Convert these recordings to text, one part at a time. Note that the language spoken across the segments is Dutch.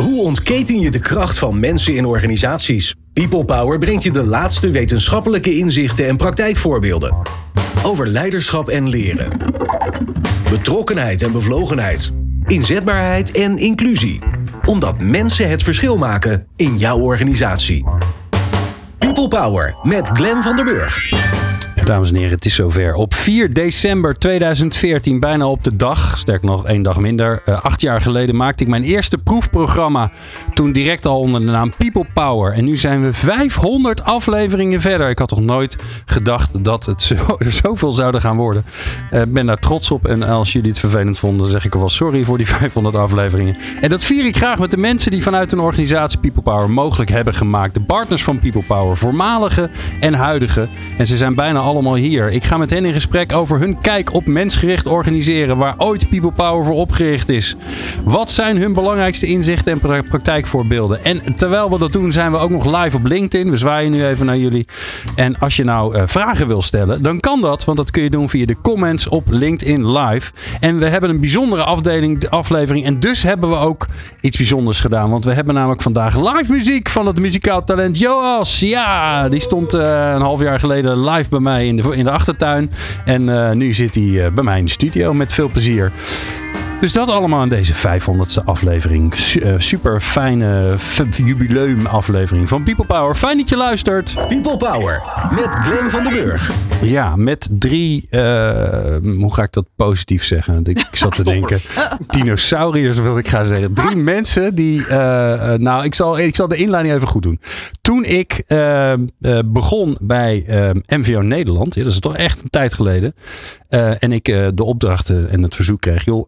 Hoe ontketen je de kracht van mensen in organisaties? People Power brengt je de laatste wetenschappelijke inzichten en praktijkvoorbeelden. Over leiderschap en leren. Betrokkenheid en bevlogenheid. Inzetbaarheid en inclusie. Omdat mensen het verschil maken in jouw organisatie. People Power met Glenn van der Burg. Dames en heren, het is zover. Op 4 december 2014, bijna op de dag, sterk nog 1 dag minder, 8 jaar geleden maakte ik mijn eerste proefprogramma. Toen direct al onder de naam People Power. En nu zijn we 500 afleveringen verder. Ik had toch nooit gedacht dat het zoveel zouden gaan worden. Ik ben daar trots op. En als jullie het vervelend vonden, zeg ik alvast sorry voor die 500 afleveringen. En dat vier ik graag met de mensen die vanuit een organisatie People Power mogelijk hebben gemaakt. De partners van People Power, voormalige en huidige. En ze zijn bijna allemaal hier. Ik ga met hen in gesprek over hun kijk op mensgericht organiseren, waar ooit People Power voor opgericht is. Wat zijn hun belangrijkste inzichten en praktijkvoorbeelden? En terwijl we dat doen, zijn we ook nog live op LinkedIn. We zwaaien nu even naar jullie. En als je nou vragen wil stellen, dan kan dat, want dat kun je doen via de comments op LinkedIn Live. En we hebben een bijzondere aflevering en dus hebben we ook iets bijzonders gedaan, want we hebben namelijk vandaag live muziek van het muzikaal talent Joas. Ja, die stond een half jaar geleden live bij mij in de achtertuin. En nu zit hij bij mij in de studio met veel plezier. Dus dat allemaal in deze 500ste aflevering. Super fijne jubileum aflevering van People Power. Fijn dat je luistert. People Power met Glenn van der Burg. Ja, met 3, hoe ga ik dat positief zeggen? Ik zat te denken, dinosauriërs wil ik gaan zeggen. 3 mensen die, ik zal de inleiding even goed doen. Toen ik begon bij MVO Nederland, dat is toch echt een tijd geleden. En ik de opdrachten en het verzoek kreeg, joh,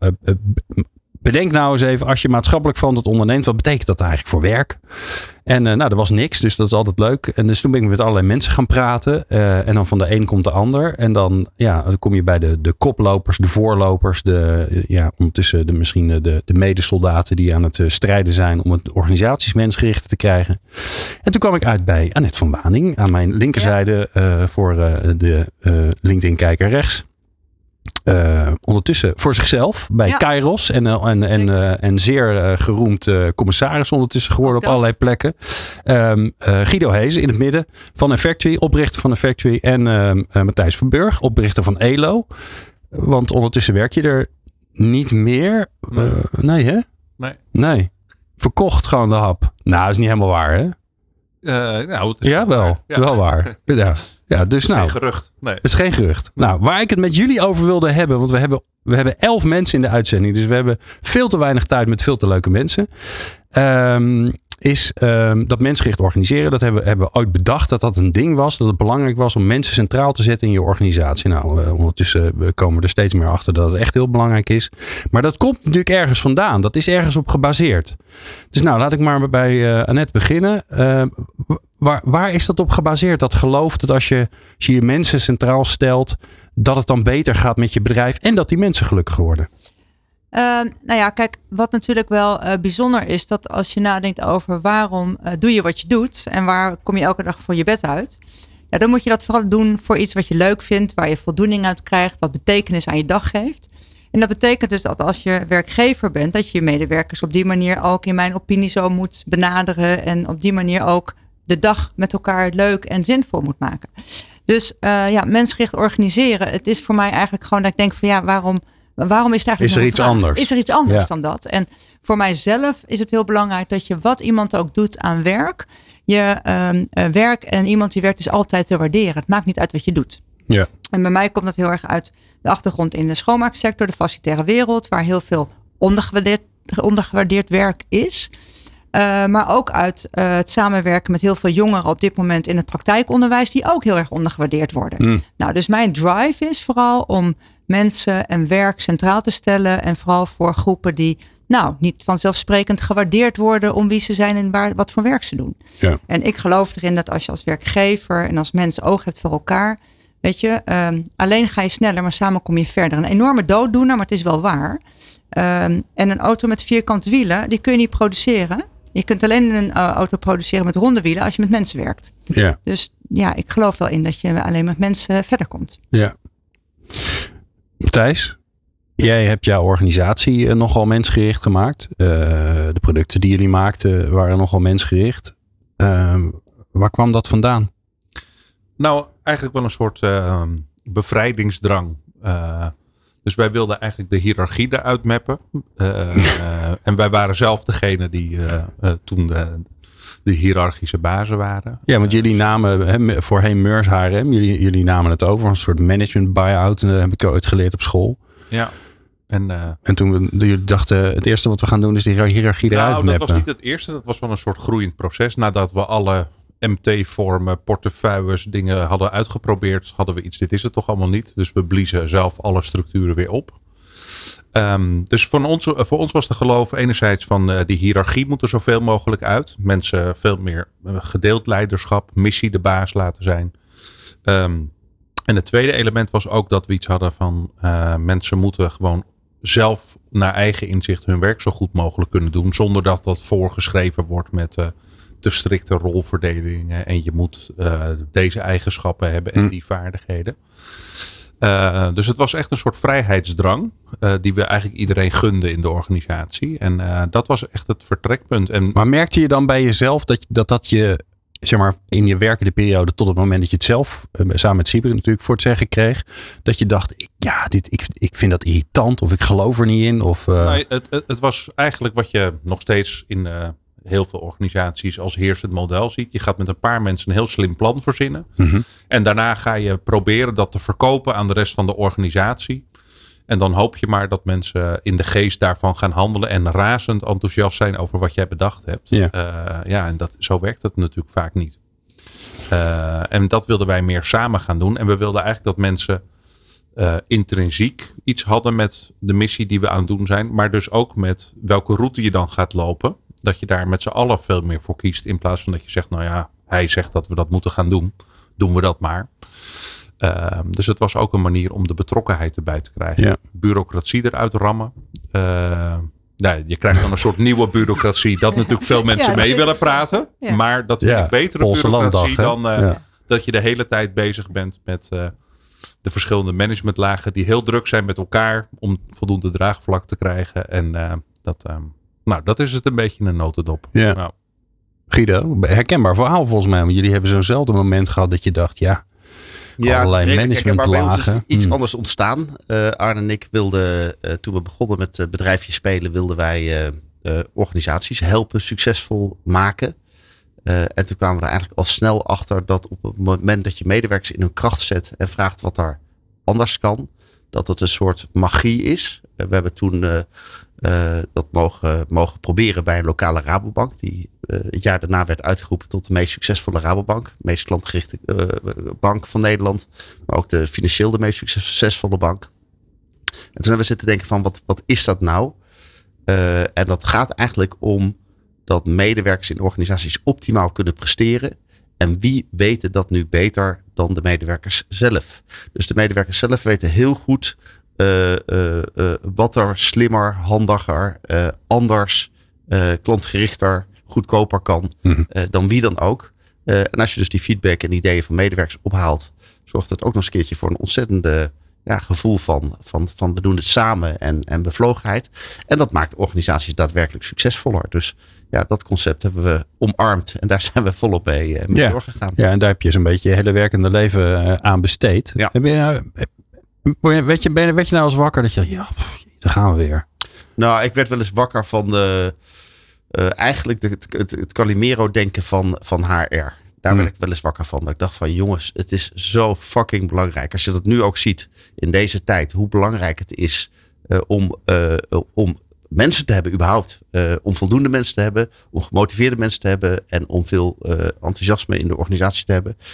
bedenk nou eens even, als je maatschappelijk verantwoord onderneemt, wat betekent dat eigenlijk voor werk? En er was niks, dus dat is altijd leuk. En dus toen ben ik met allerlei mensen gaan praten. En dan van de een komt de ander. En dan kom je bij de koplopers, de voorlopers, ondertussen misschien de medesoldaten die aan het strijden zijn om het organisaties mensgericht te krijgen. En toen kwam ik uit bij Annette van Waning aan mijn linkerzijde voor de LinkedIn-kijker rechts. Ondertussen voor zichzelf bij Kairos en zeer geroemd commissaris ondertussen geworden op allerlei plekken. Guido Hezen in het midden van Effectuary, oprichter van Effectuary en Matthijs van Burg, oprichter van ELO. Want ondertussen werk je er niet meer. Nee hè? Nee. Verkocht gewoon de hap. Nou, dat is niet helemaal waar hè? Het is wel waar. Ja, dus nou. Geen gerucht. Nee. Het is geen gerucht. Nou, waar ik het met jullie over wilde hebben, want we hebben 11 mensen in de uitzending, dus we hebben veel te weinig tijd met veel te leuke mensen. Is dat mensgericht organiseren. Dat hebben we ooit bedacht dat een ding was. Dat het belangrijk was om mensen centraal te zetten in je organisatie. Nou, ondertussen komen we er steeds meer achter dat het echt heel belangrijk is. Maar dat komt natuurlijk ergens vandaan. Dat is ergens op gebaseerd. Dus nou, laat ik maar bij Annette beginnen. Waar is dat op gebaseerd? Dat geloof dat als je mensen centraal stelt, dat het dan beter gaat met je bedrijf en dat die mensen gelukkiger worden? Kijk, wat natuurlijk wel bijzonder is, dat als je nadenkt over waarom doe je wat je doet en waar kom je elke dag voor je bed uit. Ja, dan moet je dat vooral doen voor iets wat je leuk vindt, waar je voldoening uit krijgt, wat betekenis aan je dag geeft. En dat betekent dus dat als je werkgever bent, dat je je medewerkers op die manier ook in mijn opinie zo moet benaderen en op die manier ook de dag met elkaar leuk en zinvol moet maken. Dus mensgericht organiseren, het is voor mij eigenlijk gewoon dat ik denk van waarom is het eigenlijk is er iets anders? Is er iets anders dan dat? En voor mijzelf is het heel belangrijk dat je wat iemand ook doet aan werk, je werk en iemand die werkt is altijd te waarderen. Het maakt niet uit wat je doet. Ja. En bij mij komt dat heel erg uit de achtergrond in de schoonmaaksector, de facilitaire wereld, waar heel veel ondergewaardeerd werk is. Maar ook uit het samenwerken met heel veel jongeren op dit moment in het praktijkonderwijs, die ook heel erg ondergewaardeerd worden. Nou, dus mijn drive is vooral om mensen en werk centraal te stellen en vooral voor groepen die niet vanzelfsprekend gewaardeerd worden om wie ze zijn en wat voor werk ze doen. Ja. En ik geloof erin dat als je als werkgever en als mens oog hebt voor elkaar, weet je, alleen ga je sneller, maar samen kom je verder. Een enorme dooddoener, maar het is wel waar. En een auto met vierkante wielen, die kun je niet produceren. Je kunt alleen een auto produceren met ronde wielen als je met mensen werkt. Ja. Dus ik geloof wel in dat je alleen met mensen verder komt. Ja. Matthijs, Jij hebt jouw organisatie nogal mensgericht gemaakt. De producten die jullie maakten waren nogal mensgericht. Waar kwam dat vandaan? Nou, eigenlijk wel een soort bevrijdingsdrang. Dus wij wilden eigenlijk de hiërarchie eruit mappen. En wij waren zelf degene die toen de hiërarchische bazen waren. Ja, want jullie namen voorheen Meurs HRM. Jullie namen het over. Een soort management buy-out. En dat heb ik ooit geleerd op school. Ja. En toen jullie dachten, het eerste wat we gaan doen is die hiërarchie eruit mappen. Nou, dat was niet het eerste. Dat was wel een soort groeiend proces. Nadat we alle MT-vormen, portefeuilles, dingen hadden uitgeprobeerd, hadden we iets. Dit is het toch allemaal niet. Dus we bliezen zelf alle structuren weer op. Dus voor ons was te geloven enerzijds van die hiërarchie moet er zoveel mogelijk uit. Mensen veel meer gedeeld leiderschap, missie de baas laten zijn. En het tweede element was ook dat we iets hadden van mensen moeten gewoon zelf naar eigen inzicht hun werk zo goed mogelijk kunnen doen. Zonder dat dat voorgeschreven wordt met te strikte rolverdelingen. En je moet deze eigenschappen hebben en die vaardigheden. Dus het was echt een soort vrijheidsdrang. Die we eigenlijk iedereen gunden in de organisatie. En dat was echt het vertrekpunt. Maar merkte je dan bij jezelf dat je, zeg maar, in je werkende periode tot het moment dat je het zelf samen met Sibre natuurlijk voor het zeggen kreeg, dat je dacht, ik vind dat irritant of ik geloof er niet in? Of, Nee, het was eigenlijk wat je nog steeds in heel veel organisaties als heersend model ziet. Je gaat met een paar mensen een heel slim plan verzinnen. Mm-hmm. En daarna ga je proberen dat te verkopen aan de rest van de organisatie. En dan hoop je maar dat mensen in de geest daarvan gaan handelen en razend enthousiast zijn over wat jij bedacht hebt. Ja. En zo werkt het natuurlijk vaak niet. En dat wilden wij meer samen gaan doen. En we wilden eigenlijk dat mensen intrinsiek iets hadden met de missie die we aan het doen zijn. Maar dus ook met welke route je dan gaat lopen. Dat je daar met z'n allen veel meer voor kiest. In plaats van dat je zegt, nou ja, hij zegt dat we dat moeten gaan doen. Doen we dat maar. Dus het was ook een manier om de betrokkenheid erbij te krijgen. Ja. Bureaucratie eruit rammen. Je krijgt dan een soort nieuwe bureaucratie. Dat natuurlijk veel mensen mee willen praten. Ja. Maar dat vind ik betere bureaucratie dan dat je de hele tijd bezig bent met de verschillende managementlagen. Die heel druk zijn met elkaar om voldoende draagvlak te krijgen. En dat is het een beetje in een notendop. Ja. Nou. Guido, herkenbaar verhaal volgens mij. Want jullie hebben zo'nzelfde moment gehad dat je dacht, allerlei managementlagen. Bij ons is iets anders ontstaan. Arne en ik wilden, toen we begonnen met bedrijfje spelen, wilden wij organisaties helpen succesvol maken. En toen kwamen we er eigenlijk al snel achter dat op het moment dat je medewerkers in hun kracht zet en vraagt wat er anders kan, dat het een soort magie is. We hebben toen dat mogen proberen bij een lokale Rabobank. Die het jaar daarna werd uitgeroepen tot de meest succesvolle Rabobank. De meest klantgerichte bank van Nederland. Maar ook de financieel de meest succesvolle bank. En toen hebben we zitten denken van wat is dat nou? En dat gaat eigenlijk om dat medewerkers in organisaties optimaal kunnen presteren. En wie weten dat nu beter dan de medewerkers zelf? Dus de medewerkers zelf weten heel goed wat er slimmer, handiger, anders, klantgerichter, goedkoper kan dan wie dan ook. En als je dus die feedback en ideeën van medewerkers ophaalt, zorgt dat ook nog eens een keertje voor een ontzettende gevoel van we doen het samen en bevlogenheid. En dat maakt organisaties daadwerkelijk succesvoller. Dus dat concept hebben we omarmd en daar zijn we volop mee doorgegaan. Ja, en daar heb je zo'n beetje je hele werkende leven aan besteed. Ja. Werd je nou eens wakker dat je daar gaan we weer? Nou, ik werd wel eens wakker van eigenlijk het Calimero-denken van HR. Daar werd ik wel eens wakker van. Dat ik dacht van jongens, het is zo fucking belangrijk. Als je dat nu ook ziet in deze tijd. Hoe belangrijk het is om mensen te hebben überhaupt. Om voldoende mensen te hebben. Om gemotiveerde mensen te hebben. En om veel enthousiasme in de organisatie te hebben.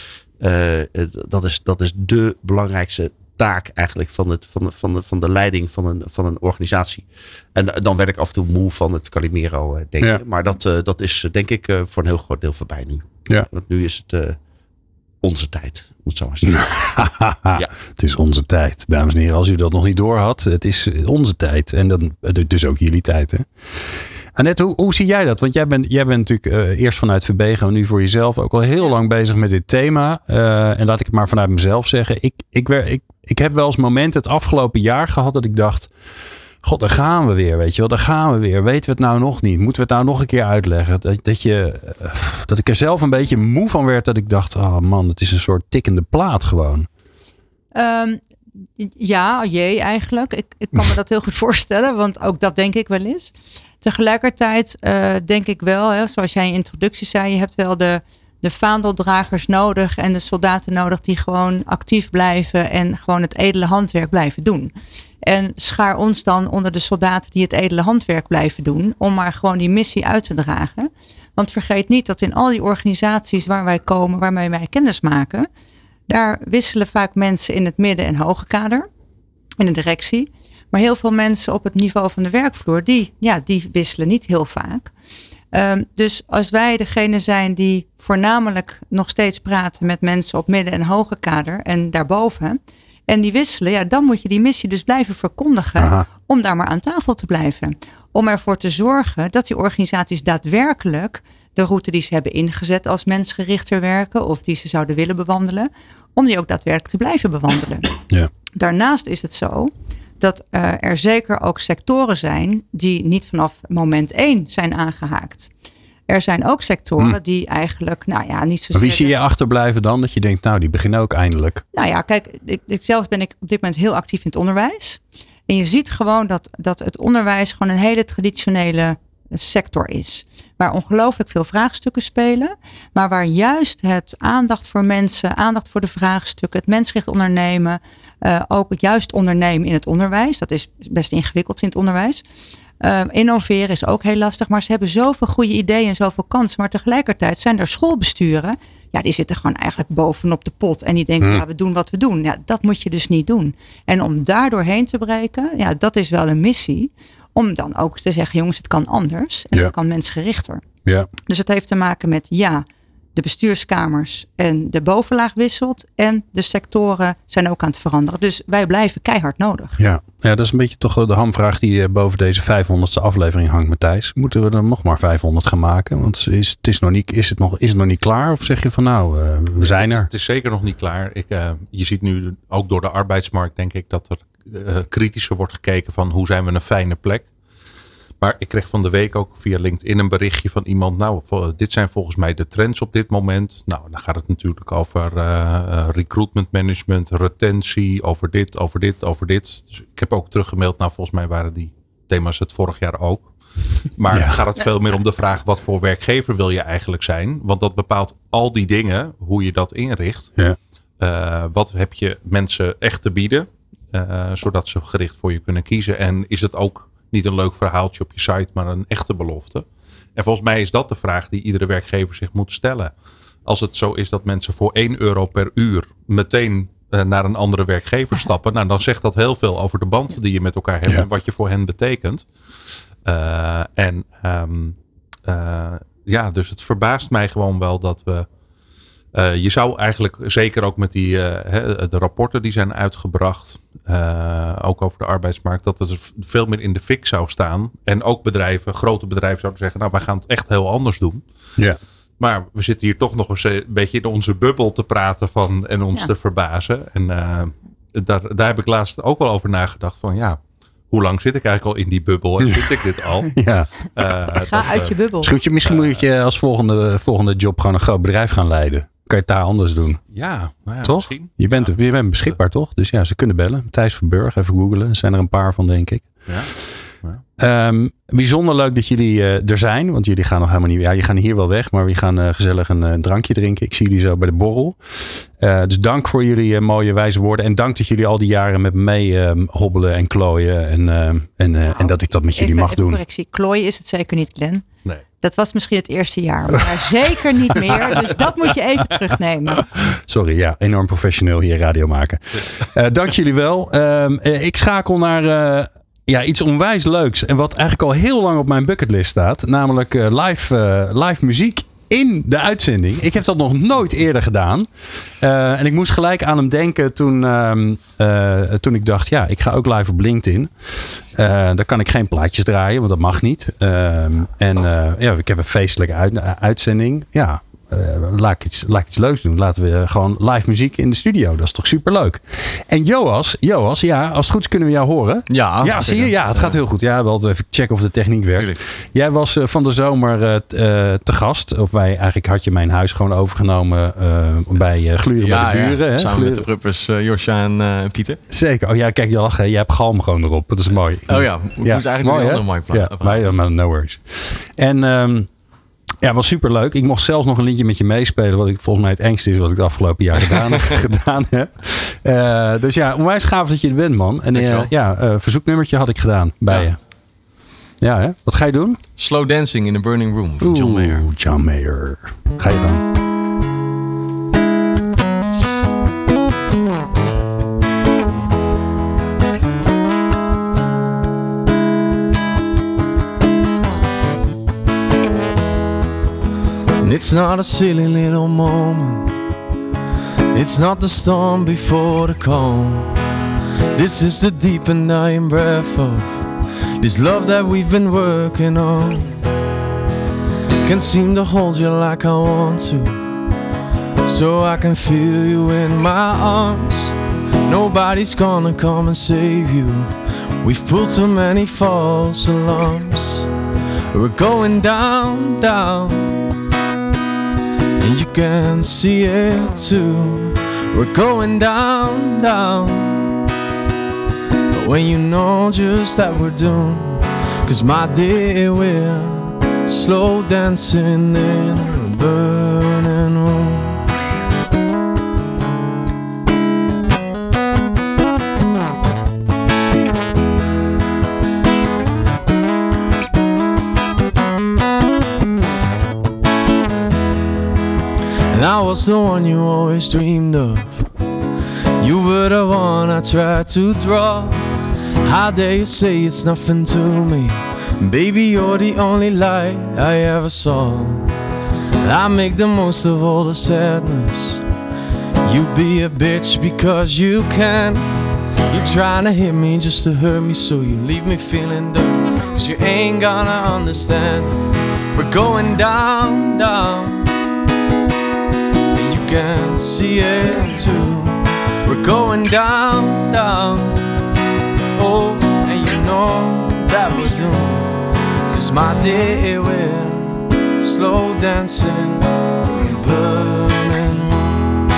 Dat is de belangrijkste taak eigenlijk van de leiding van een organisatie. En dan werd ik af en toe moe van het Calimero denken. Ja. Maar dat is denk ik voor een heel groot deel voorbij nu. Ja. Want nu is het onze tijd. Om het zo maar te zeggen. Het is onze tijd. Dames en heren, als u dat nog niet door had. Het is onze tijd. En dan dus ook jullie tijd. Hè? Annette, hoe zie jij dat? Want jij bent natuurlijk eerst vanuit Verbego, nu voor jezelf ook al heel lang bezig met dit thema. En laat ik het maar vanuit mezelf zeggen. Ik heb wel eens momenten het afgelopen jaar gehad dat ik dacht, god, daar gaan we weer, weet je wel. Daar gaan we weer. Weten we het nou nog niet? Moeten we het nou nog een keer uitleggen? Dat ik er zelf een beetje moe van werd. Dat ik dacht, oh man, het is een soort tikkende plaat gewoon. Ja, eigenlijk. Ik kan me dat heel goed voorstellen. Want ook dat denk ik wel eens. Tegelijkertijd denk ik wel, hè, zoals jij in je introductie zei. Je hebt wel de vaandeldragers nodig. En de soldaten nodig die gewoon actief blijven. En gewoon het edele handwerk blijven doen. En schaar ons dan onder de soldaten die het edele handwerk blijven doen. Om maar gewoon die missie uit te dragen. Want vergeet niet dat in al die organisaties waar wij komen. Waarmee wij kennis maken. Daar wisselen vaak mensen in het midden- en hoge kader. In de directie. Maar heel veel mensen op het niveau van de werkvloer. Die wisselen niet heel vaak. Dus als wij degene zijn die voornamelijk nog steeds praten met mensen op midden- en hoge kader. En daarboven. En die wisselen. Ja, dan moet je die missie dus blijven verkondigen. Aha. Om daar maar aan tafel te blijven. Om ervoor te zorgen dat die organisaties daadwerkelijk de route die ze hebben ingezet als mensgerichter werken. Of die ze zouden willen bewandelen. Om die ook daadwerkelijk te blijven bewandelen. Ja. Daarnaast is het zo dat er zeker ook sectoren zijn die niet vanaf moment 1 zijn aangehaakt. Er zijn ook sectoren die eigenlijk, niet zo. Maar wie zie je achterblijven dan? Dat je denkt, die beginnen ook eindelijk. Nou ja, kijk, zelf ben ik op dit moment heel actief in het onderwijs. En je ziet gewoon dat het onderwijs gewoon een hele traditionele sector is. Waar ongelooflijk veel vraagstukken spelen. Maar waar juist het aandacht voor mensen, aandacht voor de vraagstukken, het mensgericht ondernemen, ook het juist ondernemen in het onderwijs. Dat is best ingewikkeld in het onderwijs. Innoveren is ook heel lastig, maar ze hebben zoveel goede ideeën en zoveel kansen. Maar tegelijkertijd zijn er schoolbesturen, die zitten gewoon eigenlijk bovenop de pot. En die denken, we doen wat we doen. Ja, dat moet je dus niet doen. En om daar doorheen te breken, dat is wel een missie. Om dan ook te zeggen, jongens, het kan anders. En het kan mensgerichter. Ja. Dus het heeft te maken met, de bestuurskamers en de bovenlaag wisselt. En de sectoren zijn ook aan het veranderen. Dus wij blijven keihard nodig. Ja, dat is een beetje toch de hamvraag die boven deze 500ste aflevering hangt, Matthijs. Moeten we er nog maar 500 gaan maken? Want is het nog niet klaar? Of zeg je van we zijn er? Het is zeker nog niet klaar. Je ziet nu ook door de arbeidsmarkt, denk ik, dat er kritischer wordt gekeken van hoe zijn we een fijne plek. Maar ik kreeg van de week ook via LinkedIn een berichtje van iemand. Dit zijn volgens mij de trends op dit moment. Dan gaat het natuurlijk over recruitment management, retentie, over dit. Dus ik heb ook teruggemaild. Volgens mij waren die thema's het vorig jaar ook. Maar gaat het veel meer om de vraag, wat voor werkgever wil je eigenlijk zijn? Want dat bepaalt al die dingen, hoe je dat inricht. Ja. Wat heb je mensen echt te bieden? Zodat ze gericht voor je kunnen kiezen. En is het ook niet een leuk verhaaltje op je site, maar een echte belofte. En volgens mij is dat de vraag die iedere werkgever zich moet stellen. Als het zo is dat mensen voor €1 per uur meteen naar een andere werkgever stappen. Dan zegt dat heel veel over de band die je met elkaar hebt. En wat je voor hen betekent. Dus het verbaast mij gewoon wel dat we. Je zou eigenlijk, zeker ook met de rapporten die zijn uitgebracht, ook over de arbeidsmarkt, dat het veel meer in de fik zou staan. En ook grote bedrijven zouden zeggen, wij gaan het echt heel anders doen. Ja. Maar we zitten hier toch nog eens een beetje in onze bubbel te praten en ons te verbazen. En daar heb ik laatst ook wel over nagedacht van hoe lang zit ik eigenlijk al in die bubbel? En vind ik dit al? Ga uit je bubbel. Misschien moet je als volgende job gewoon een groot bedrijf gaan leiden. Kan je het daar anders doen? Ja, toch? Misschien. Je bent beschikbaar, toch? Dus ze kunnen bellen. Thijs van Burg, even googlen. Er zijn er een paar van, denk ik. Ja. Bijzonder leuk dat jullie er zijn. Want jullie gaan nog helemaal niet. Je gaan hier wel weg. Maar we gaan gezellig een drankje drinken. Ik zie jullie zo bij de borrel. Dus dank voor jullie mooie wijze woorden. En dank dat jullie al die jaren met me mee hobbelen en klooien. En dat ik dat met jullie mag doen. Correctie. Klooien is het zeker niet, Glenn. Nee. Dat was misschien het eerste jaar. Maar zeker niet meer. Dus dat moet je even terugnemen. Sorry, enorm professioneel hier radio maken. Dank jullie wel. Ik schakel naar iets onwijs leuks. En wat eigenlijk al heel lang op mijn bucketlist staat. Namelijk live muziek. in de uitzending. Ik heb dat nog nooit eerder gedaan. En ik moest gelijk aan hem denken toen ik dacht, ja, ik ga ook live op LinkedIn. Daar kan ik geen plaatjes draaien, want dat mag niet. Ik heb een feestelijke uitzending. Ja. Laat ik iets leuks doen. Laten we gewoon live muziek in de studio. Dat is toch superleuk. En Joas, ja, als het goed is kunnen we jou horen. Ja, zie je? Ja, het gaat heel goed. Ja, wel even checken of de techniek werkt. Tuurlijk. Jij was van de zomer te gast. Of eigenlijk had je mijn huis gewoon overgenomen bij Gluren bij de Buren. Ja, samen met de Pruppers, Josja en Pieter. Zeker. Oh ja, kijk, je lacht. Je hebt galm gewoon erop. Dat is mooi. Oh ja, moest eigenlijk mooi, een andere mooi plaat. Ja, maar no worries. En... ja, was superleuk. Ik mocht zelfs nog een liedje met je meespelen. Wat ik volgens mij het engste is wat ik het afgelopen jaar gedaan heb. Dus ja, onwijs gaaf dat je er bent, man. En verzoeknummertje had ik gedaan bij je. Ja, hè? Wat ga je doen? Slow Dancing in a Burning Room van John Mayer. John Mayer. Ga je dan? It's not a silly little moment. It's not the storm before the calm. This is the deep and dying breath of this love that we've been working on. Can't seem to hold you like I want to, so I can feel you in my arms. Nobody's gonna come and save you. We've pulled too many false alarms. We're going down, down. And you can see it too. We're going down, down. But when you know just that we're doomed, 'cause my dear, we're slow dancing in a burning room. And I was the one you always dreamed of. You were the one I tried to draw. How dare you say it's nothing to me? Baby, you're the only light I ever saw. I make the most of all the sadness. You be a bitch because you can. You're trying to hit me just to hurt me, so you leave me feeling dirty, 'cause you ain't gonna understand. We're going down, down. You can see it too. We're going down, down. Oh, and you know that we do, 'cause my dear, we're slow dancing in a burning room.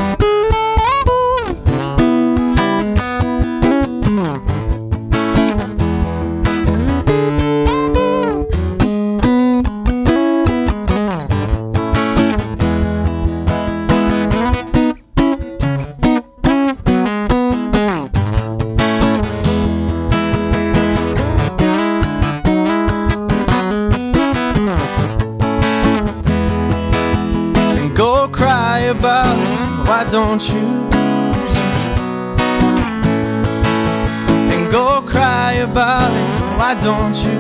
Why don't you? And go cry about it. Why don't you?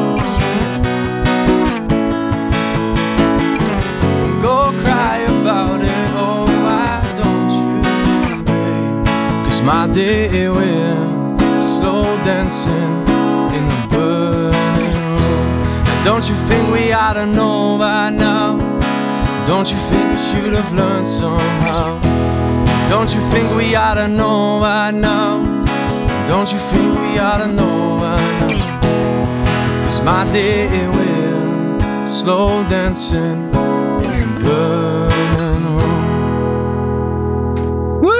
And go cry about it. Oh, why don't you? Babe? 'Cause my dear, we're slow dancing in a burning room. And don't you think we ought to know by now? Don't you think we should have learned somehow? Don't you think we ought to know by now? Don't you think we ought to know by now? 'Cause my dear, we're slow dancing in a burning room. Woo!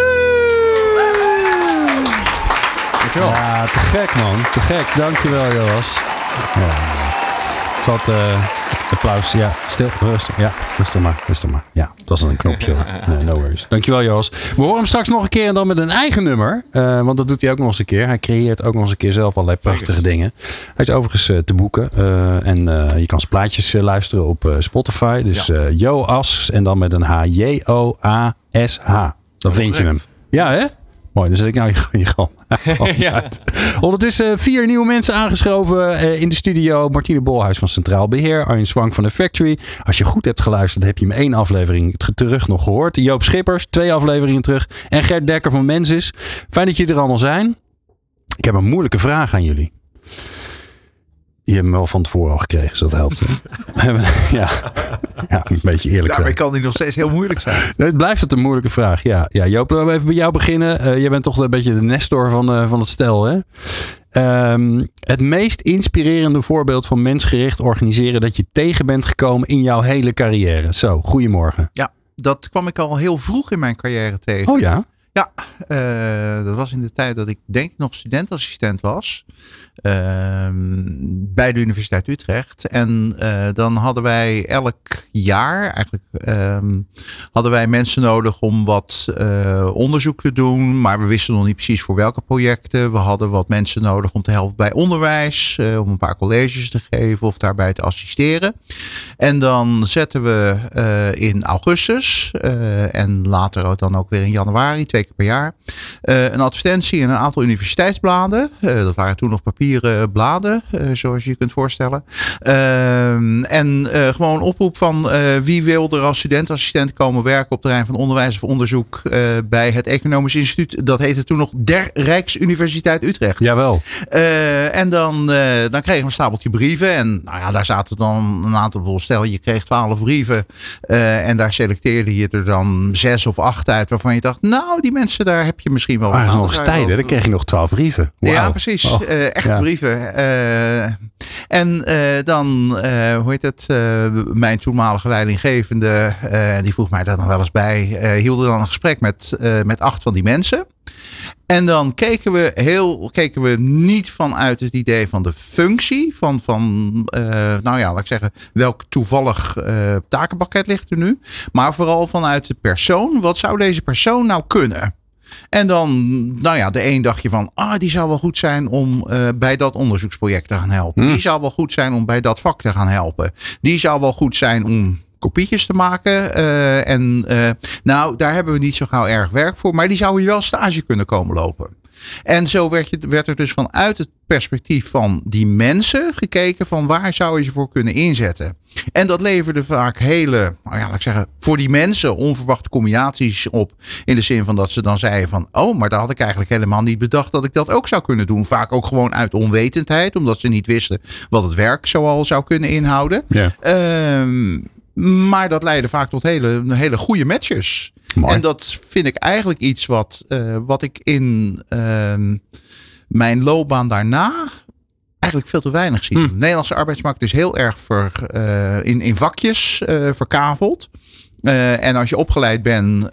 Dankjewel. Ja, te gek man. Te gek. Dankjewel Joas. Ja. Ik zal het... applaus, ja, stil, rustig. Ja, rustig maar. Ja, het was dan een knopje. Nee, no worries. Dankjewel, Joos. We horen hem straks nog een keer en dan met een eigen nummer. Want dat doet hij ook nog eens een keer. Hij creëert ook nog eens een keer zelf allerlei prachtige dingen. Hij is overigens te boeken. En je kan zijn plaatjes luisteren op Spotify. Dus Joas en dan met een H. Joash. Dan vind je hem. Ja, hè? Mooi, dan zet ik nou je gewoon uit. Ondertussen 4 nieuwe mensen aangeschoven in de studio. Martine Bolhuis van Centraal Beheer. Arjen Swank van The Factory. Als je goed hebt geluisterd, heb je hem 1 aflevering terug nog gehoord. Joop Schippers, 2 afleveringen terug. En Gert Dekker van Mensis. Fijn dat jullie er allemaal zijn. Ik heb een moeilijke vraag aan jullie. Je hebt hem wel van tevoren al gekregen, dus dat helpt. Ja, een beetje eerlijk Daarmee zijn. kan die nog steeds heel moeilijk zijn. Het blijft een moeilijke vraag. Ja, Joop, laten we even bij jou beginnen. Jij bent toch een beetje de Nestor van het stel, hè? Het meest inspirerende voorbeeld van mensgericht organiseren dat je tegen bent gekomen in jouw hele carrière. Zo, goedemorgen. Ja, dat kwam ik al heel vroeg in mijn carrière tegen. Oh ja? Ja, dat was in de tijd dat ik denk nog studentassistent was. Bij de Universiteit Utrecht. En dan hadden wij elk jaar eigenlijk hadden wij mensen nodig om wat onderzoek te doen. Maar we wisten nog niet precies voor welke projecten. We hadden wat mensen nodig om te helpen bij onderwijs. Om een paar colleges te geven of daarbij te assisteren. En dan zetten we in augustus en later dan ook weer in januari, 2 keer per jaar, een advertentie in een aantal universiteitsbladen. Dat waren toen nog papieren bladen, zoals je je kunt voorstellen. En gewoon oproep van wie wil er als studentassistent komen werken op het terrein van onderwijs of onderzoek bij het Economisch Instituut. Dat heette toen nog der Rijksuniversiteit Utrecht. Jawel. En dan kregen we een stapeltje brieven. En nou ja, daar zaten dan een aantal. Stel, je kreeg 12 brieven. En daar selecteerde je er dan 6 of 8 uit. Waarvan je dacht, nou, die mensen, daar heb je misschien wel. Maar nog eens tijden, dan kreeg je nog 12 brieven. Wow. Ja, precies. Echte brieven. En dan, hoe heet het? Mijn toenmalige leidinggevende, die vroeg mij daar nog wel eens bij. Hielden dan een gesprek met 8 van die mensen. En dan keken we niet vanuit het idee van de functie. Nou ja, laat ik zeggen, welk toevallig takenpakket ligt er nu. Maar vooral vanuit de persoon. Wat zou deze persoon nou kunnen? En dan, nou ja, de een dacht je van, die zou wel goed zijn om bij dat onderzoeksproject te gaan helpen. Die zou wel goed zijn om bij dat vak te gaan helpen. Die zou wel goed zijn om kopietjes te maken. Nou, daar hebben we niet zo gauw erg werk voor. Maar die zou hier wel stage kunnen komen lopen. En zo werd er dus vanuit het perspectief van die mensen gekeken van waar zou je ze voor kunnen inzetten. En dat leverde vaak hele, nou ja, laat ik zeggen, voor die mensen onverwachte combinaties op. In de zin van dat ze dan zeiden van, maar daar had ik eigenlijk helemaal niet bedacht dat ik dat ook zou kunnen doen. Vaak ook gewoon uit onwetendheid, omdat ze niet wisten wat het werk zoal zou kunnen inhouden. Ja. Maar dat leidde vaak tot hele goede matches. Mooi. En dat vind ik eigenlijk iets wat ik in mijn loopbaan daarna eigenlijk veel te weinig zie. De Nederlandse arbeidsmarkt is heel erg in vakjes verkaveld. En als je opgeleid bent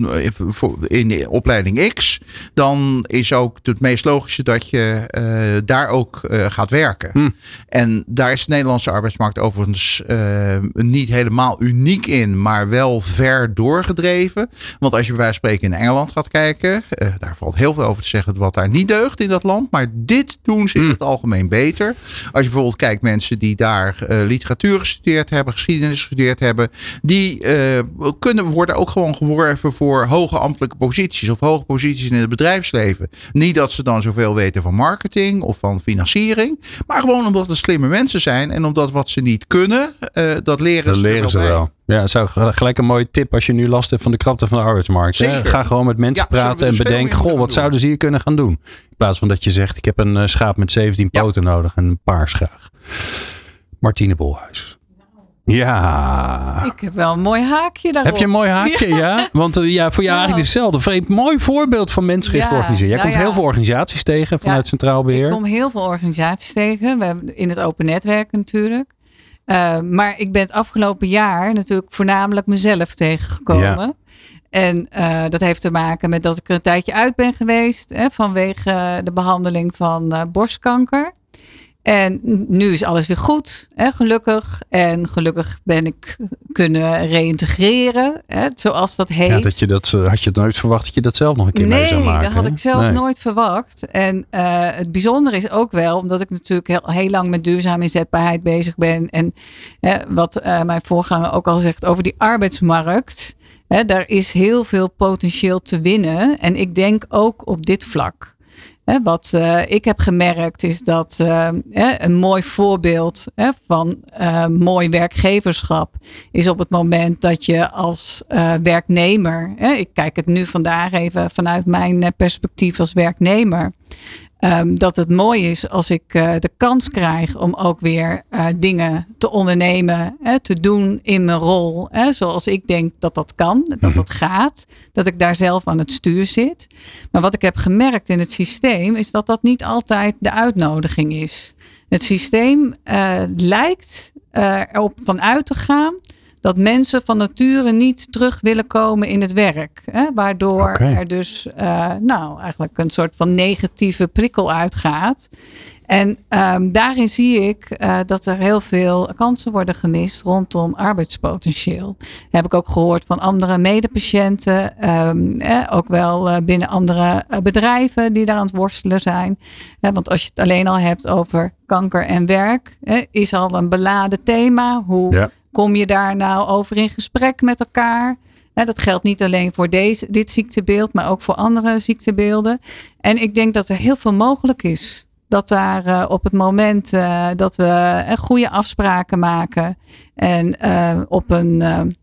in de opleiding X, dan is ook het meest logische dat je daar ook gaat werken. En daar is de Nederlandse arbeidsmarkt overigens niet helemaal uniek in, maar wel ver doorgedreven. Want als je bij wijze van spreken in Engeland gaat kijken, daar valt heel veel over te zeggen wat daar niet deugt in dat land. Maar dit doen ze in het algemeen beter. Als je bijvoorbeeld kijkt, mensen die daar literatuur gestudeerd hebben, geschiedenis gestudeerd hebben, die worden ook gewoon geworven voor hoge ambtelijke posities of hoge posities in het bedrijfsleven. Niet dat ze dan zoveel weten van marketing of van financiering, maar gewoon omdat het slimme mensen zijn en omdat wat ze niet kunnen, dat leren ze wel. Ja, dat is gelijk een mooie tip als je nu last hebt van de krapte van de arbeidsmarkt. Ga gewoon met mensen praten en bedenk, wat zouden ze hier kunnen gaan doen? In plaats van dat je zegt, ik heb een schaap met 17 poten nodig en een paars graag. Martine Bolhuis. Ja. Ik heb wel een mooi haakje daarop. Heb je een mooi haakje? Ja. Want voor jou eigenlijk hetzelfde. Een mooi voorbeeld van mensgericht organiseren. Jij komt heel veel organisaties tegen vanuit Centraal Beheer. Ik kom heel veel organisaties tegen. We hebben in het open netwerk natuurlijk. Maar ik ben het afgelopen jaar natuurlijk voornamelijk mezelf tegengekomen. Ja. En dat heeft te maken met dat ik er een tijdje uit ben geweest. Vanwege de behandeling van borstkanker. En nu is alles weer goed, gelukkig. En gelukkig ben ik kunnen reïntegreren, zoals dat heet. Ja, had je nooit verwacht dat je dat zelf nog een keer mee zou maken? Nee, dat had ik zelf nooit verwacht. En het bijzondere is ook wel, omdat ik natuurlijk heel lang met duurzame inzetbaarheid bezig ben. En wat mijn voorganger ook al zegt over die arbeidsmarkt. Daar is heel veel potentieel te winnen. En ik denk ook op dit vlak. Wat ik heb gemerkt is dat een mooi voorbeeld van mooi werkgeverschap is op het moment dat je als werknemer, ik kijk het nu vandaag even vanuit mijn perspectief als werknemer, dat het mooi is als ik de kans krijg om ook weer dingen te ondernemen, te doen in mijn rol. Zoals ik denk dat dat kan, dat dat gaat. Dat ik daar zelf aan het stuur zit. Maar wat ik heb gemerkt in het systeem is dat dat niet altijd de uitnodiging is. Het systeem lijkt erop vanuit te gaan dat mensen van nature niet terug willen komen in het werk. Waardoor er dus eigenlijk een soort van negatieve prikkel uitgaat. En daarin zie ik dat er heel veel kansen worden gemist rondom arbeidspotentieel. Dat heb ik ook gehoord van andere medepatiënten. Ook wel binnen andere bedrijven die daar aan het worstelen zijn. Want als je het alleen al hebt over kanker en werk, is al een beladen thema. Hoe kom je daar nou over in gesprek met elkaar? Dat geldt niet alleen voor dit ziektebeeld, maar ook voor andere ziektebeelden. En ik denk dat er heel veel mogelijk is. Dat daar op het moment dat we goede afspraken maken en op een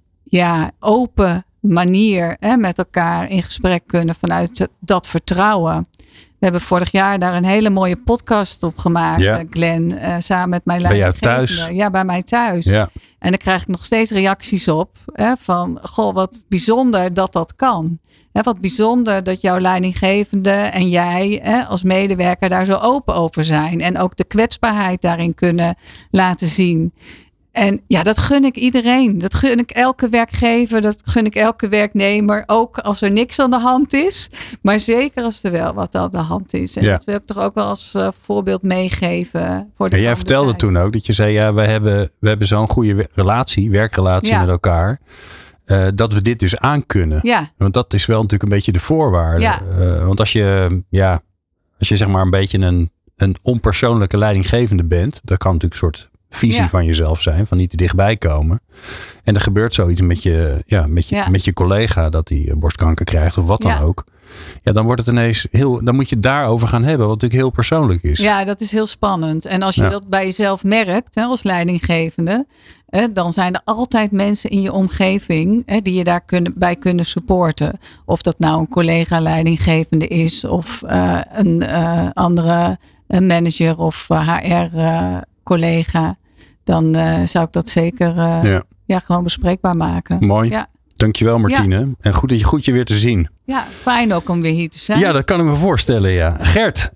open manier met elkaar in gesprek kunnen vanuit dat vertrouwen. We hebben vorig jaar daar een hele mooie podcast op gemaakt, Glenn, samen met mijn leidinggevende. Bij jou thuis? Ja, bij mij thuis. Ja. En daar krijg ik nog steeds reacties op van, goh, wat bijzonder dat kan. Wat bijzonder dat jouw leidinggevende en jij als medewerker daar zo open over zijn. En ook de kwetsbaarheid daarin kunnen laten zien. En ja, dat gun ik iedereen. Dat gun ik elke werkgever. Dat gun ik elke werknemer. Ook als er niks aan de hand is. Maar zeker als er wel wat aan de hand is. En dat wil ik toch ook wel als voorbeeld meegeven. Voor de jij vertelde tijd. Toen ook dat je zei, we hebben zo'n goede werkrelatie met elkaar. Dat we dit dus aankunnen. Ja. Want dat is wel natuurlijk een beetje de voorwaarde. Ja. Want als je zeg maar een beetje een onpersoonlijke leidinggevende bent. Dat kan natuurlijk een soort visie van jezelf zijn. Van niet te dichtbij komen. En er gebeurt zoiets met je collega. Dat die borstkanker krijgt of wat dan ook. Ja, dan wordt het ineens dan moet je het daarover gaan hebben. Wat natuurlijk heel persoonlijk is. Ja, dat is heel spannend. En als je dat bij jezelf merkt als leidinggevende. Dan zijn er altijd mensen in je omgeving die je daarbij kunnen supporten. Of dat nou een collega leidinggevende is. Of een andere manager of HR collega. Dan zou ik dat zeker gewoon bespreekbaar maken. Mooi. Ja. Dankjewel Martine. Ja. En goed je weer te zien. Ja, fijn ook om weer hier te zijn. Ja, dat kan ik me voorstellen, ja. Gert.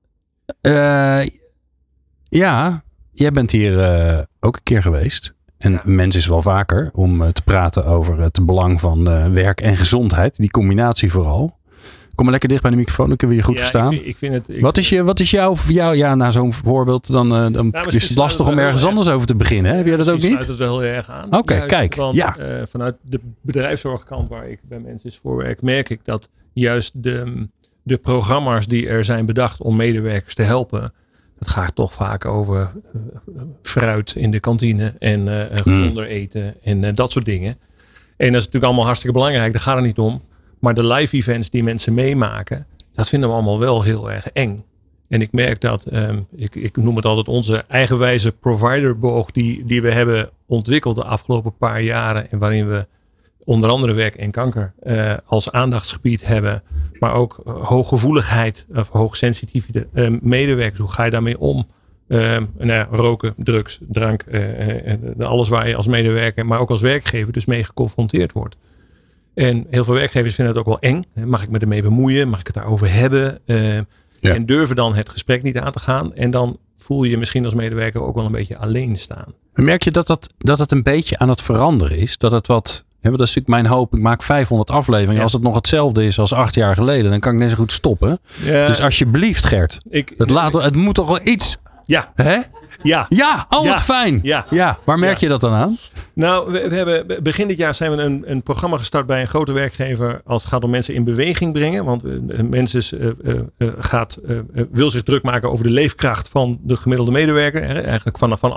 Jij bent hier ook een keer geweest. En mens is wel vaker om te praten over het belang van werk en gezondheid. Die combinatie vooral. Kom maar lekker dicht bij de microfoon, dan kunnen we je goed verstaan. Ik vind het, wat is jouw na zo'n voorbeeld, dan is het lastig om ergens anders over te beginnen. Hè? Heb jij dat ook niet? Ik sluit het wel heel erg aan. Oké, kijk. Want vanuit de bedrijfszorgkant waar ik bij Mens is voor werk, merk ik dat juist de programma's die er zijn bedacht om medewerkers te helpen, dat gaat toch vaak over fruit in de kantine en gezonder eten en dat soort dingen. En dat is natuurlijk allemaal hartstikke belangrijk, daar gaat het niet om. Maar de live events die mensen meemaken, dat vinden we allemaal wel heel erg eng. En ik merk dat, ik noem het altijd onze eigenwijze providerboog die we hebben ontwikkeld de afgelopen paar jaren. En waarin we onder andere werk en kanker als aandachtsgebied hebben. Maar ook hooggevoeligheid of hoogsensitieve medewerkers. Hoe ga je daarmee om? Roken, drugs, drank, alles waar je als medewerker, maar ook als werkgever dus mee geconfronteerd wordt. En heel veel werkgevers vinden het ook wel eng. Mag ik me ermee bemoeien? Mag ik het daarover hebben? En durven dan het gesprek niet aan te gaan. En dan voel je je misschien als medewerker ook wel een beetje alleen staan. Merk je dat het een beetje aan het veranderen is? Dat het wat... dat is natuurlijk mijn hoop. Ik maak 500 afleveringen. Ja. Als het nog hetzelfde is als 8 jaar geleden, dan kan ik net zo goed stoppen. Ja. Dus alsjeblieft Gert. Het moet toch wel iets Ja. Hè? Ja. Ja, wat fijn. Ja. Waar merk je dat dan aan? Nou, we hebben begin dit jaar zijn we een programma gestart bij een grote werkgever als het gaat om mensen in beweging brengen. Want mensen wil zich druk maken over de leefkracht van de gemiddelde medewerker. Eigenlijk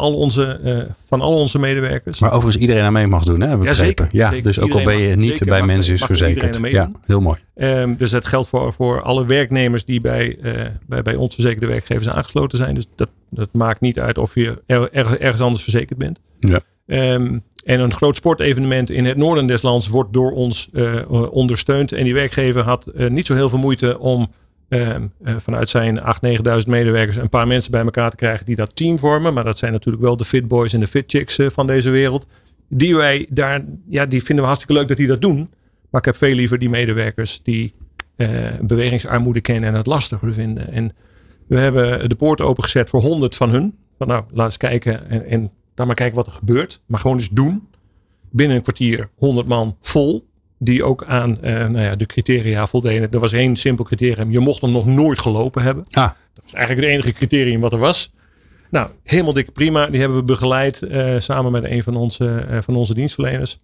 van al onze medewerkers. Maar overigens iedereen aan mee mag doen, hè? Ja, zeker. Ja, dus ook al ben je niet bij mensen is verzekerd. Ja, heel mooi. Dus dat geldt voor alle werknemers die bij ons verzekerde werkgevers aangesloten zijn. Dus dat maakt niet uit of je ergens anders verzekerd bent. Ja. En een groot sportevenement in het noorden des lands wordt door ons ondersteund. En die werkgever had niet zo heel veel moeite om vanuit zijn 8.000-9.000 medewerkers een paar mensen bij elkaar te krijgen die dat team vormen. Maar dat zijn natuurlijk wel de fit boys en de fit chicks van deze wereld. Die vinden we hartstikke leuk dat die dat doen. Maar ik heb veel liever die medewerkers die bewegingsarmoede kennen en het lastiger vinden. En we hebben de poort opengezet voor 100 van hun. Van nou, laat eens kijken en dan maar kijken wat er gebeurt. Maar gewoon eens doen. Binnen een kwartier 100 man vol. Die ook aan de criteria voldeden. Er was één simpel criterium. Je mocht hem nog nooit gelopen hebben. Dat was eigenlijk het enige criterium wat er was. Nou, helemaal dikke prima. Die hebben we begeleid samen met een van onze dienstverleners.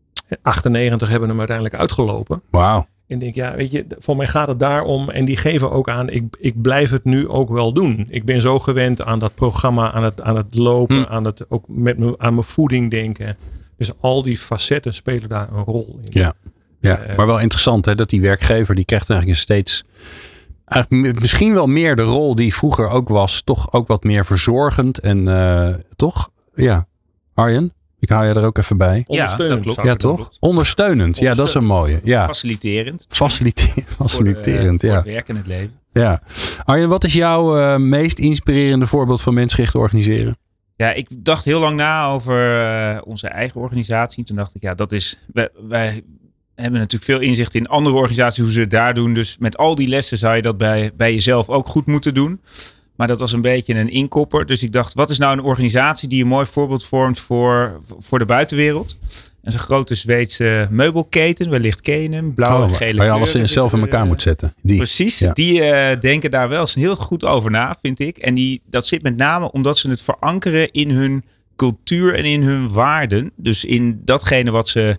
98 hebben hem uiteindelijk uitgelopen. Wauw. En denk, weet je, voor mij gaat het daarom. En die geven ook aan, ik blijf het nu ook wel doen. Ik ben zo gewend aan dat programma, aan het lopen, aan mijn voeding denken. Dus al die facetten spelen daar een rol in. Ja, maar wel interessant hè, dat die werkgever, die krijgt eigenlijk steeds, eigenlijk misschien wel meer de rol die vroeger ook was. Toch ook wat meer verzorgend en toch? Ja, Arjen? Ik hou je er ook even bij. Ondersteunend. Ja, klopt. Ja, toch? Ondersteunend. Ja, dat is een mooie. Ja. Faciliterend. Faciliterend, voor het werk en het leven. Ja. Arjen, wat is jouw meest inspirerende voorbeeld van mensgericht organiseren? Ja, ik dacht heel lang na over onze eigen organisatie. Toen dacht ik, wij hebben natuurlijk veel inzicht in andere organisaties, hoe ze het daar doen. Dus met al die lessen zou je dat bij jezelf ook goed moeten doen. Maar dat was een beetje een inkopper. Dus ik dacht, wat is nou een organisatie die een mooi voorbeeld vormt voor de buitenwereld? Dat is een grote Zweedse meubelketen. Wellicht ken je hem. Blauwe en gele waar je alles zelf in elkaar moet zetten. Precies. Ja. Die denken daar wel eens heel goed over na, vind ik. En dat zit met name omdat ze het verankeren in hun cultuur en in hun waarden. Dus in datgene wat ze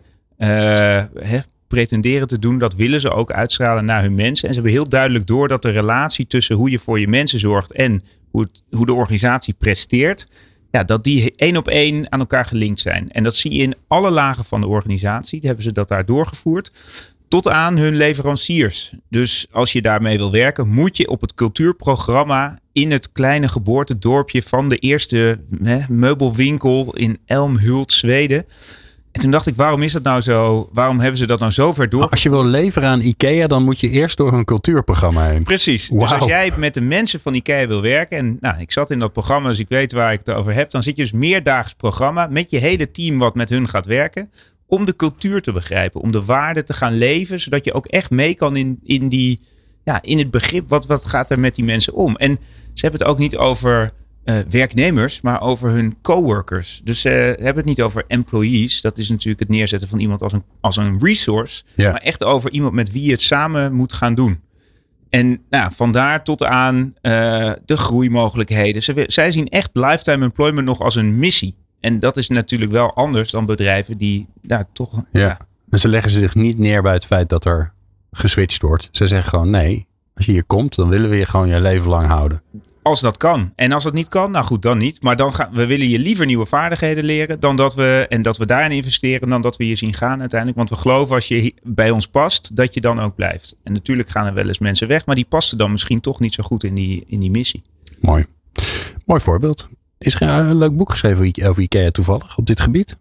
pretenderen te doen, dat willen ze ook uitstralen naar hun mensen. En ze hebben heel duidelijk door dat de relatie tussen hoe je voor je mensen zorgt en hoe de organisatie presteert, dat die 1 op 1 aan elkaar gelinkt zijn. En dat zie je in alle lagen van de organisatie. Die hebben ze dat daar doorgevoerd. Tot aan hun leveranciers. Dus als je daarmee wil werken, moet je op het cultuurprogramma in het kleine geboortedorpje van de eerste meubelwinkel in Älmhult, Zweden. En toen dacht ik, waarom is dat nou zo? Waarom hebben ze dat nou zo ver door? Als je wil leveren aan IKEA, dan moet je eerst door een cultuurprogramma heen. Precies. Wow. Dus als jij met de mensen van IKEA wil werken, en ik zat in dat programma, dus ik weet waar ik het over heb, dan zit je dus meerdaags programma met je hele team wat met hun gaat werken, om de cultuur te begrijpen, om de waarden te gaan leven, zodat je ook echt mee kan in het begrip, wat gaat er met die mensen om. En ze hebben het ook niet over werknemers, maar over hun coworkers. Dus ze hebben het niet over employees. Dat is natuurlijk het neerzetten van iemand als een resource. Ja. Maar echt over iemand met wie je het samen moet gaan doen. En vandaar tot aan de groeimogelijkheden. Zij zien echt lifetime employment nog als een missie. En dat is natuurlijk wel anders dan bedrijven die toch... Ja. En ze leggen zich niet neer bij het feit dat er geswitcht wordt. Ze zeggen gewoon nee, als je hier komt, dan willen we je gewoon je leven lang houden. Als dat kan. En als dat niet kan, nou goed, dan niet. Maar we willen je liever nieuwe vaardigheden leren dan dat we daarin investeren dan dat we je zien gaan uiteindelijk. Want we geloven als je bij ons past, dat je dan ook blijft. En natuurlijk gaan er wel eens mensen weg, maar die passen dan misschien toch niet zo goed in die missie. Mooi. Mooi voorbeeld. Is er een leuk boek geschreven over IKEA toevallig op dit gebied?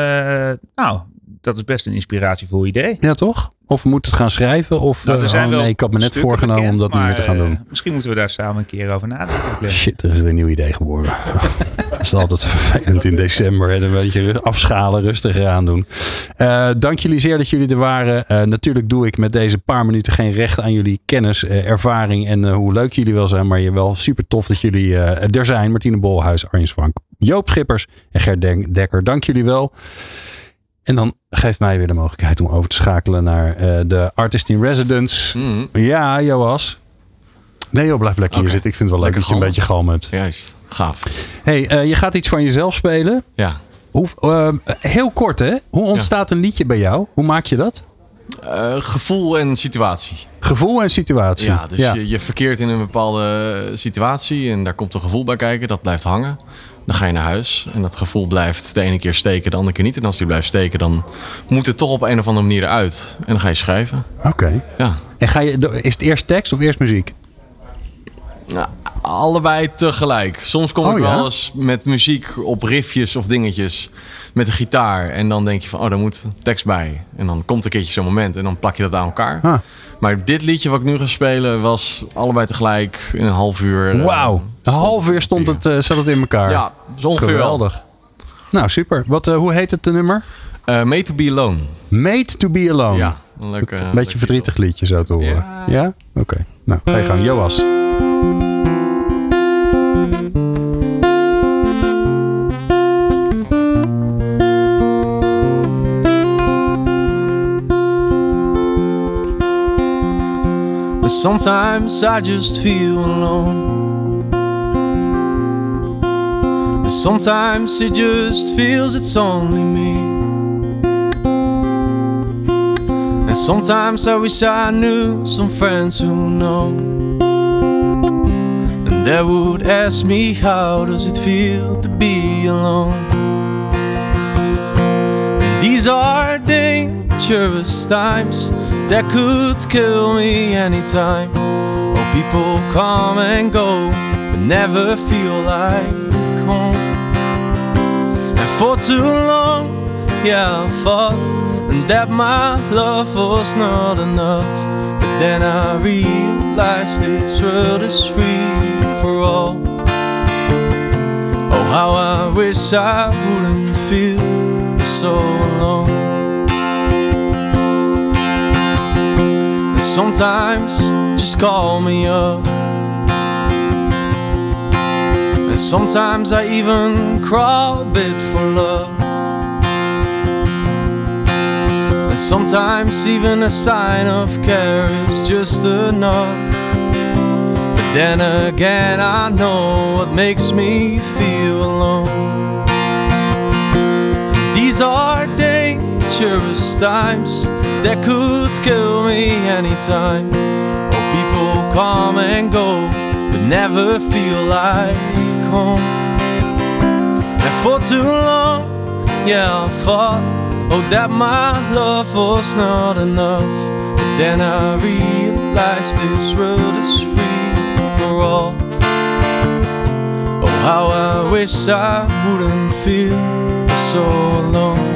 Dat is best een inspiratievol idee. Ja, toch? Of we moeten het gaan schrijven? Of ik had me net voorgenomen om dat niet meer te gaan doen. Misschien moeten we daar samen een keer over nadenken. Shit, er is weer een nieuw idee geboren. Dat is altijd vervelend in december. Een beetje afschalen, rustiger aan doen. Dank jullie zeer dat jullie er waren. Natuurlijk doe ik met deze paar minuten geen recht aan jullie kennis, ervaring en hoe leuk jullie wel zijn. Maar je wel super tof dat jullie er zijn. Martine Bolhuis, Arjen Swank, Joop Schippers en Gert Dekker. Dank jullie wel. En dan geeft mij weer de mogelijkheid om over te schakelen naar de Artist in Residence. Ja, Joas. Nee joh, blijf lekker hier zitten. Ik vind het wel leuk dat je een beetje galm hebt. Juist, gaaf. Hey, je gaat iets van jezelf spelen. Ja. Heel kort hè. Hoe ontstaat een liedje bij jou? Hoe maak je dat? Gevoel en situatie. Gevoel en situatie. Ja, dus je verkeert in een bepaalde situatie en daar komt een gevoel bij kijken. Dat blijft hangen. Dan ga je naar huis en dat gevoel blijft de ene keer steken, de andere keer niet. En als die blijft steken, dan moet het toch op een of andere manier eruit. En dan ga je schrijven. Oké. Ja. En is het eerst tekst of eerst muziek? Nou, allebei tegelijk. Soms kom ik wel eens met muziek op riffjes of dingetjes met een gitaar. En dan denk je van, daar moet tekst bij. En dan komt een keertje zo'n moment en dan plak je dat aan elkaar. Maar dit liedje wat ik nu ga spelen was allebei tegelijk in een half uur. Wauw, een half uur zat het in elkaar. Ja, zo ongeveer geweldig. Wel. Nou, super. Hoe heet het nummer? Made to be Alone. Made to be Alone. Ja, een beetje verdrietig liedje zo te horen. Ja? Oké. Nou, ga je gang. Joas. Sometimes I just feel alone. And sometimes it just feels it's only me. And sometimes I wish I knew some friends who know. And they would ask me, how does it feel to be alone? And these are dangerous times that could kill me anytime. Oh, people come and go, but never feel like home. And for too long, I thought that my love was not enough. But then I realized this world is free for all. Oh, how I wish I wouldn't feel so alone. Sometimes just call me up. And sometimes I even crawl a bit for love. And sometimes even a sign of care is just enough. But then again I know what makes me feel alone. These are dangerous times that could kill me anytime. Oh, people come and go, but never feel like home. And for too long, I thought, that my love was not enough. But then I realized this world is free for all. Oh, how I wish I wouldn't feel so alone.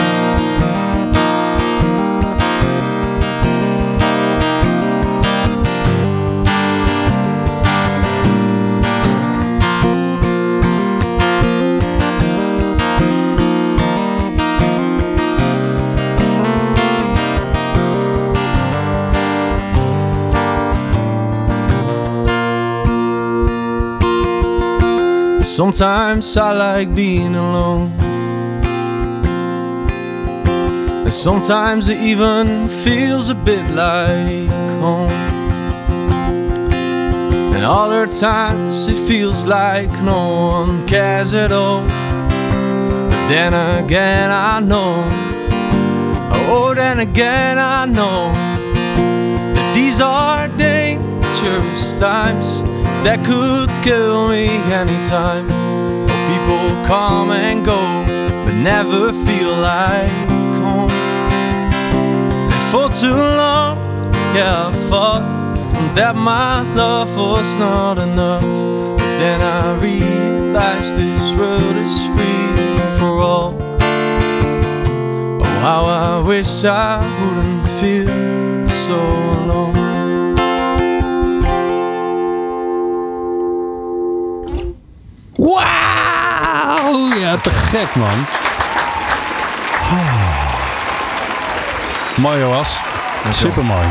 Sometimes I like being alone. And sometimes it even feels a bit like home. And other times it feels like no one cares at all. But then again I know, then again I know, that these are dangerous times that could kill me anytime. Oh, people come and go, but never feel like home. And for too long, I thought that my love was not enough. But then I realized this world is free for all. Oh, how I wish I wouldn't feel so alone. Wauw! Ja, te gek, man. Oh. Mooi, Joas. Supermooi.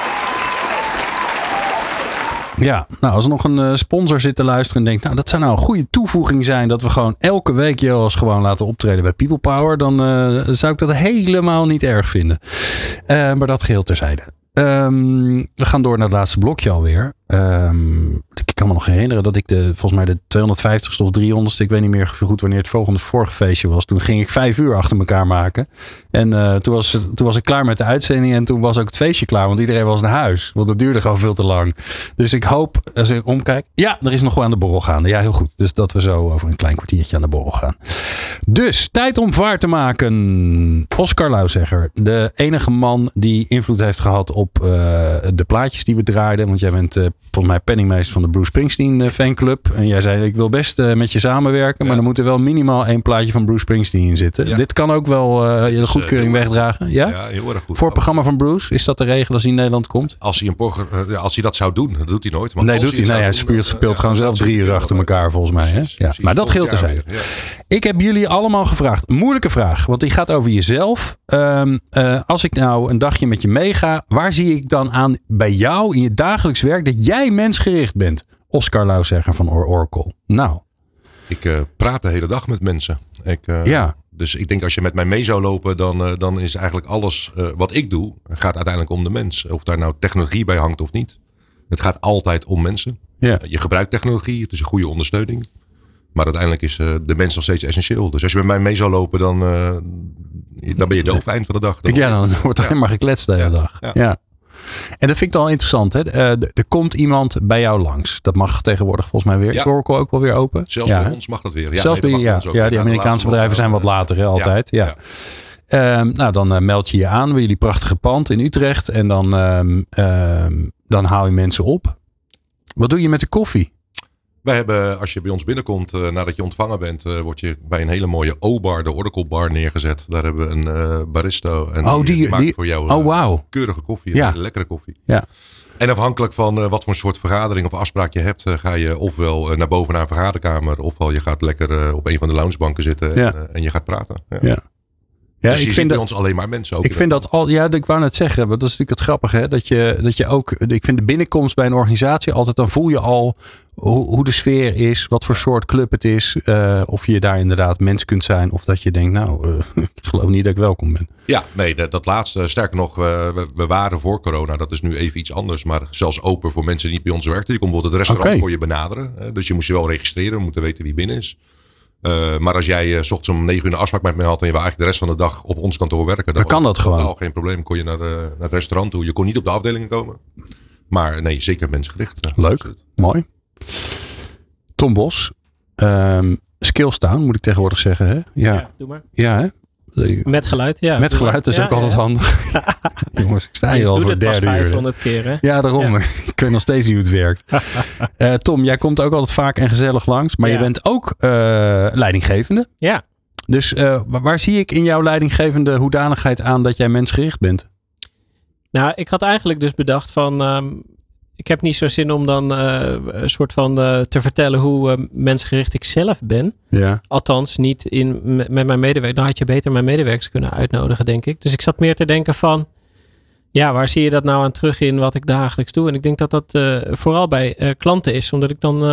Ja, nou, als er nog een sponsor zit te luisteren en denkt, nou, dat zou nou een goede toevoeging zijn dat we gewoon elke week Joas gewoon laten optreden bij People Power, dan zou ik dat helemaal niet erg vinden. Maar dat geheel terzijde. We gaan door naar het laatste blokje alweer. Ik kan me nog herinneren dat ik volgens mij de 250ste of 300ste, ik weet niet meer zo goed wanneer het vorige feestje was. Toen ging ik 5 uur achter elkaar maken. En toen was ik klaar met de uitzending en toen was ook het feestje klaar. Want iedereen was naar huis. Want het duurde gewoon veel te lang. Dus ik hoop, als ik omkijk, ja, er is nog wel aan de borrel gaande. Ja, heel goed. Dus dat we zo over een klein kwartiertje aan de borrel gaan. Dus, tijd om vaart te maken. Oscar Lausegger, de enige man die invloed heeft gehad op de plaatjes die we draaiden. Want jij bent volgens mij penningmeester van de Bruce Springsteen fanclub. En jij zei, ik wil best met je samenwerken. Maar er moet er wel minimaal 1 plaatje van Bruce Springsteen in zitten. Ja. Dit kan ook wel je goedkeuring wegdragen. Ja? Ja, heel erg goed. Voor het programma van Bruce, is dat de regel als hij in Nederland komt? Als hij dat zou doen, dat doet hij nooit. Maar nee, doet hij. Nee, hij speelt gewoon zelf 3 uur achter elkaar volgens mij. Precies, hè? Ja. Maar dat geldt terzijde. Ja. Ik heb jullie allemaal gevraagd. Moeilijke vraag, want die gaat over jezelf. Als ik nou een dagje met je meega, waar zie ik dan aan bij jou in je dagelijks werk dat jij mensgericht bent? Oscar Lausegger van Oracle. Nou. Ik praat de hele dag met mensen. Dus ik denk als je met mij mee zou lopen, dan is eigenlijk alles wat ik doe, gaat uiteindelijk om de mens. Of daar nou technologie bij hangt of niet. Het gaat altijd om mensen. Ja. Je gebruikt technologie, het is een goede ondersteuning. Maar uiteindelijk is de mens nog steeds essentieel. Dus als je met mij mee zou lopen, dan ben je doof eind van de dag. Dan wordt er helemaal gekletst de hele dag. Ja. En dat vind ik al interessant. Hè? Er komt iemand bij jou langs. Dat mag tegenwoordig volgens mij weer. Is Oracle ook wel weer open? Zelfs bij ons mag dat weer. Zelfs bij die Amerikaanse bedrijven zijn wat later, hè, altijd. Ja. Dan meld je je aan bij jullie prachtige pand in Utrecht. En dan haal je mensen op. Wat doe je met de koffie? Wij hebben, als je bij ons binnenkomt, nadat je ontvangen bent, word je bij een hele mooie O-bar, de Oracle bar, neergezet. Daar hebben we een barista. En die maakt voor jou keurige koffie, een hele lekkere koffie. Ja. En afhankelijk van wat voor soort vergadering of afspraak je hebt, ga je ofwel naar boven naar een vergaderkamer, ofwel je gaat lekker op een van de loungebanken zitten en je gaat praten. Ja. Ja, dus je ziet bij ons alleen maar mensen ook. Ik vind dat al, ik wou net zeggen, maar dat is natuurlijk het grappige, hè? Dat je ook, ik vind de binnenkomst bij een organisatie altijd, dan voel je al hoe de sfeer is, wat voor soort club het is, of je daar inderdaad mens kunt zijn, of dat je denkt, ik geloof niet dat ik welkom ben. Ja, nee, dat laatste, sterker nog, we waren voor corona, dat is nu even iets anders, maar zelfs open voor mensen die niet bij ons werkten. Je kon bijvoorbeeld het restaurant voor je benaderen, dus je moest je wel registreren, we moeten weten wie binnen is. Maar als jij 's ochtends om 9 uur een afspraak met mij had en je wil eigenlijk de rest van de dag op ons kantoor werken, dan kan dat gewoon. Nou, geen probleem, kon je naar het restaurant toe. Je kon niet op de afdelingen komen. Maar nee, zeker mensgericht. Leuk, absoluut. Mooi. Tom Bos, Skillstown moet ik tegenwoordig zeggen. Hè? Ja, doe maar. Ja, hè? Met geluid, ja. Met geluid, dat is ook altijd handig. Jongens, ik sta hier al voor het derde uur. 500 keer, hè? Ja, daarom. Ik weet nog steeds niet hoe het werkt. Tom, jij komt ook altijd vaak en gezellig langs. Maar je bent ook leidinggevende. Ja. Dus waar zie ik in jouw leidinggevende hoedanigheid aan dat jij mensgericht bent? Nou, ik had eigenlijk dus bedacht van... ik heb niet zo zin om dan een soort van te vertellen hoe mensgericht ik zelf ben. Ja. Althans, niet met mijn medewerkers. Dan had je beter mijn medewerkers kunnen uitnodigen, denk ik. Dus ik zat meer te denken van... Ja, waar zie je dat nou aan terug in wat ik dagelijks doe? En ik denk dat dat vooral bij klanten is. Omdat ik dan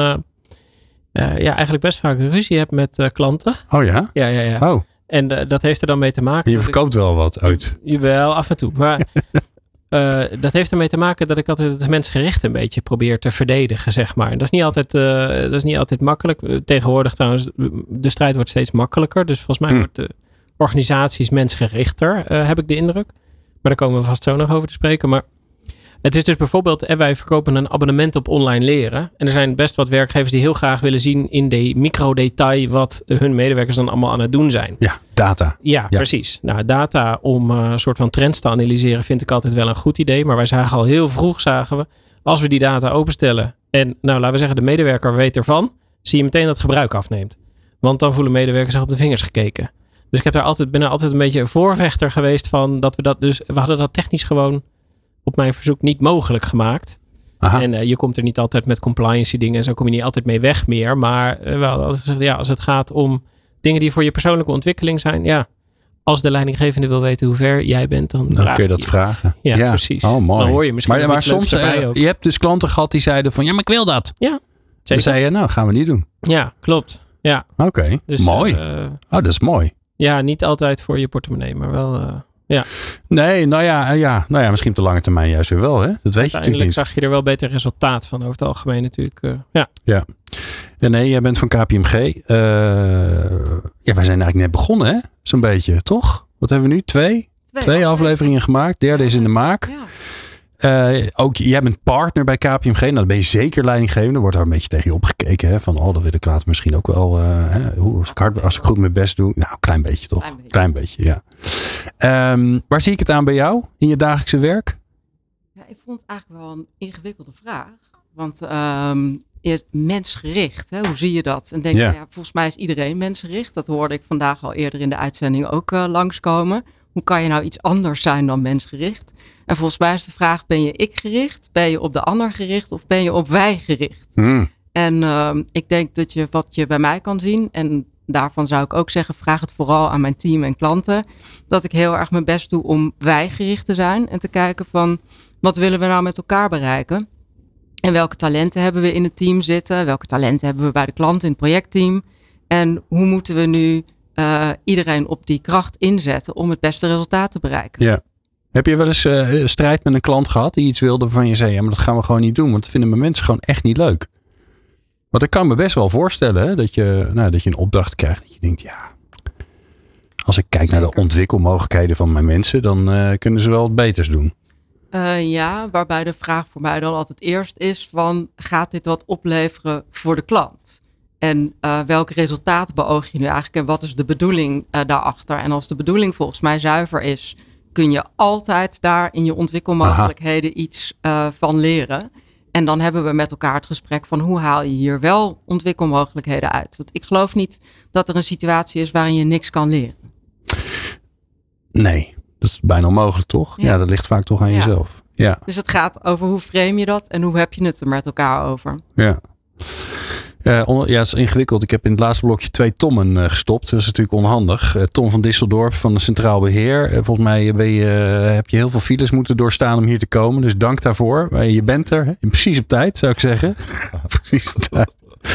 eigenlijk best vaak ruzie heb met klanten. Oh ja? Ja. Oh. En dat heeft er dan mee te maken. Je verkoopt wel wat uit. Jawel, af en toe. Maar... dat heeft ermee te maken dat ik altijd het mensgericht een beetje probeer te verdedigen, zeg maar. En dat is niet altijd makkelijk. Tegenwoordig trouwens, de strijd wordt steeds makkelijker. Dus volgens mij wordt de organisaties mensgerichter, heb ik de indruk. Maar daar komen we vast zo nog over te spreken. Maar het is dus bijvoorbeeld, wij verkopen een abonnement op online leren. En er zijn best wat werkgevers die heel graag willen zien in de microdetail wat hun medewerkers dan allemaal aan het doen zijn. Ja, data. Ja, precies. Nou, data om een soort van trends te analyseren vind ik altijd wel een goed idee. Maar wij zagen al heel vroeg, als we die data openstellen en laten we zeggen de medewerker weet ervan, zie je meteen dat het gebruik afneemt. Want dan voelen medewerkers zich op de vingers gekeken. Dus ik ben er altijd een beetje een voorvechter geweest van dat we hadden dat technisch gewoon op mijn verzoek niet mogelijk gemaakt. Aha. En je komt er niet altijd met compliance dingen en zo kom je niet altijd mee weg meer. Maar als het gaat om dingen die voor je persoonlijke ontwikkeling zijn. Ja, als de leidinggevende wil weten hoe ver jij bent, dan kun je dat vragen. Ja, precies. Oh, mooi. Dan hoor je misschien maar soms, je hebt dus klanten gehad die zeiden van, ja, maar ik wil dat. Ja, zeker. Dan zei je, gaan we niet doen. Ja, klopt. Ja. Oké, dus, mooi. Dat is mooi. Ja, niet altijd voor je portemonnee, maar wel... Ja. Nee, nou ja, misschien op de lange termijn juist weer wel. Hè? Dat weet je natuurlijk niet. Zag je er wel beter resultaat van over het algemeen natuurlijk. Ja. Nee, jij bent van KPMG. Wij zijn eigenlijk net begonnen, hè? Zo'n beetje, toch? Wat hebben we nu? Twee afleveringen gemaakt. Derde is in de maak. Ja. Ook jij bent partner bij KPMG. Nou, dan ben je zeker leidinggevende. Er wordt daar een beetje tegen je opgekeken. Hè? Van, dat wil ik later misschien ook wel. Als ik goed mijn best doe. Nou, klein beetje toch? Klein beetje, ja. Waar zie ik het aan bij jou in je dagelijkse werk? Ja, ik vond het eigenlijk wel een ingewikkelde vraag. Want eerst mensgericht, hè? Hoe zie je dat? En denk je, volgens mij is iedereen mensgericht. Dat hoorde ik vandaag al eerder in de uitzending ook langskomen. Hoe kan je nou iets anders zijn dan mensgericht? En volgens mij is de vraag, ben je ik gericht? Ben je op de ander gericht? Of ben je op wij gericht? En ik denk dat wat je bij mij kan zien, en daarvan zou ik ook zeggen, vraag het vooral aan mijn team en klanten, dat ik heel erg mijn best doe om wij gericht te zijn. En te kijken van, wat willen we nou met elkaar bereiken? En welke talenten hebben we in het team zitten? Welke talenten hebben we bij de klant in het projectteam? En hoe moeten we nu iedereen op die kracht inzetten om het beste resultaat te bereiken? Ja. Heb je wel eens strijd met een klant gehad die iets wilde waarvan je zei, ja, maar dat gaan we gewoon niet doen, want dat vinden mijn mensen gewoon echt niet leuk. Want ik kan me best wel voorstellen, hè, dat je een opdracht krijgt, dat je denkt, ja, als ik kijk naar de ontwikkelmogelijkheden van mijn mensen, dan kunnen ze wel wat beters doen. Waarbij de vraag voor mij dan altijd eerst is van, gaat dit wat opleveren voor de klant? En welk resultaat beoog je nu eigenlijk en wat is de bedoeling daarachter? En als de bedoeling volgens mij zuiver is, kun je altijd daar in je ontwikkelmogelijkheden iets van leren. En dan hebben we met elkaar het gesprek van, hoe haal je hier wel ontwikkelmogelijkheden uit? Want ik geloof niet dat er een situatie is waarin je niks kan leren. Nee, dat is bijna onmogelijk, toch? Ja, dat ligt vaak toch aan jezelf. Ja. Dus het gaat over hoe frame je dat en hoe heb je het er met elkaar over? Ja. Het is ingewikkeld. Ik heb in het laatste blokje 2 Tommen gestopt. Dat is natuurlijk onhandig. Tom van Disseldorp van de Centraal Beheer. Volgens mij heb je heel veel files moeten doorstaan om hier te komen. Dus dank daarvoor. Je bent er precies op tijd, zou ik zeggen. Precies op tijd.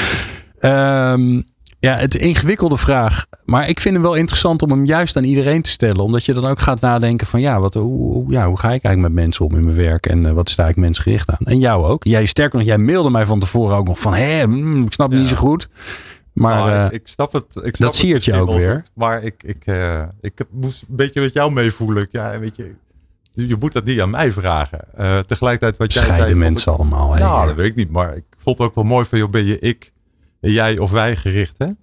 Het is een ingewikkelde vraag. Maar ik vind hem wel interessant om hem juist aan iedereen te stellen. Omdat je dan ook gaat nadenken van hoe ga ik eigenlijk met mensen om in mijn werk? En wat sta ik mensgericht aan? En jou ook. Sterker nog, jij mailde mij van tevoren ook nog van ik snap het niet zo goed. Maar ik snap het. Dat siert je ook weer. Goed, maar ik moest een beetje met jou meevoelen. Ja, weet je moet dat niet aan mij vragen. Tegelijkertijd wat jij zei. Scheiden mensen allemaal. Nou, dat weet ik niet. Maar ik vond het ook wel mooi van, ben je ik, jij of wij gericht, hè?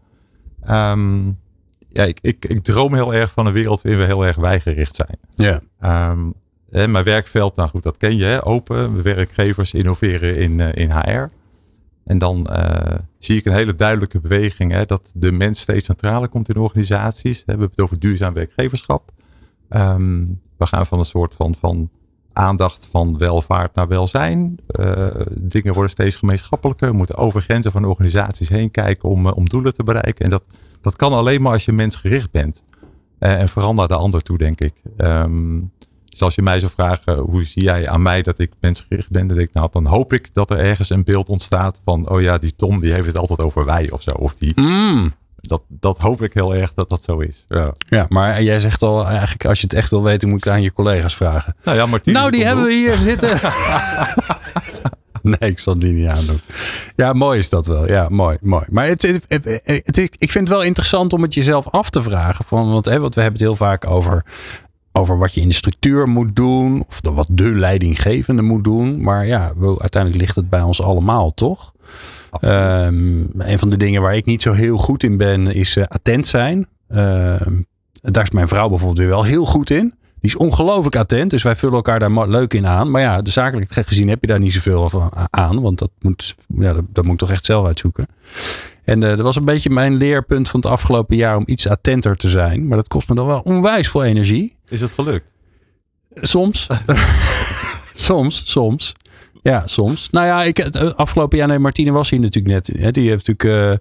Ik droom heel erg van een wereld waarin we heel erg wijgericht zijn. Ja. Mijn werkveld, nou goed, dat ken je. Hè? Open, werkgevers innoveren in HR. En dan zie ik een hele duidelijke beweging. Hè, dat de mens steeds centraler komt in organisaties. We hebben het over duurzaam werkgeverschap. We gaan van een soort van aandacht van welvaart naar welzijn. Dingen worden steeds gemeenschappelijker. We moeten over grenzen van organisaties heen kijken om doelen te bereiken. En dat kan alleen maar als je mensgericht bent. En vooral naar de ander toe, denk ik. Dus als je mij zou vragen, hoe zie jij aan mij dat ik mensgericht ben? Dan denk ik, dan hoop ik dat er ergens een beeld ontstaat van, die Tom die heeft het altijd over wij of zo. Of die... Dat hoop ik heel erg dat dat zo is. Ja, maar jij zegt al eigenlijk, als je het echt wil weten, moet ik het aan je collega's vragen. Martien, die hebben we hier zitten. Nee, ik zal die niet aandoen. Ja, mooi is dat wel. Ja, mooi. Maar ik vind het wel interessant om het jezelf af te vragen. Want we hebben het heel vaak over wat je in de structuur moet doen. Of wat de leidinggevende moet doen. Maar uiteindelijk ligt het bij ons allemaal, toch? Een van de dingen waar ik niet zo heel goed in ben is attent zijn. Daar is mijn vrouw bijvoorbeeld weer wel heel goed in. Die is ongelooflijk attent, dus wij vullen elkaar daar leuk in aan. Maar zakelijk gezien heb je daar niet zoveel aan, want dat moet ik toch echt zelf uitzoeken. En dat was een beetje mijn leerpunt van het afgelopen jaar om iets attenter te zijn. Maar dat kost me dan wel onwijs veel energie. Is het gelukt? Soms. Soms. Ja, soms. Nou ja, het afgelopen jaar, Martine was hier natuurlijk net. Hè, die heeft natuurlijk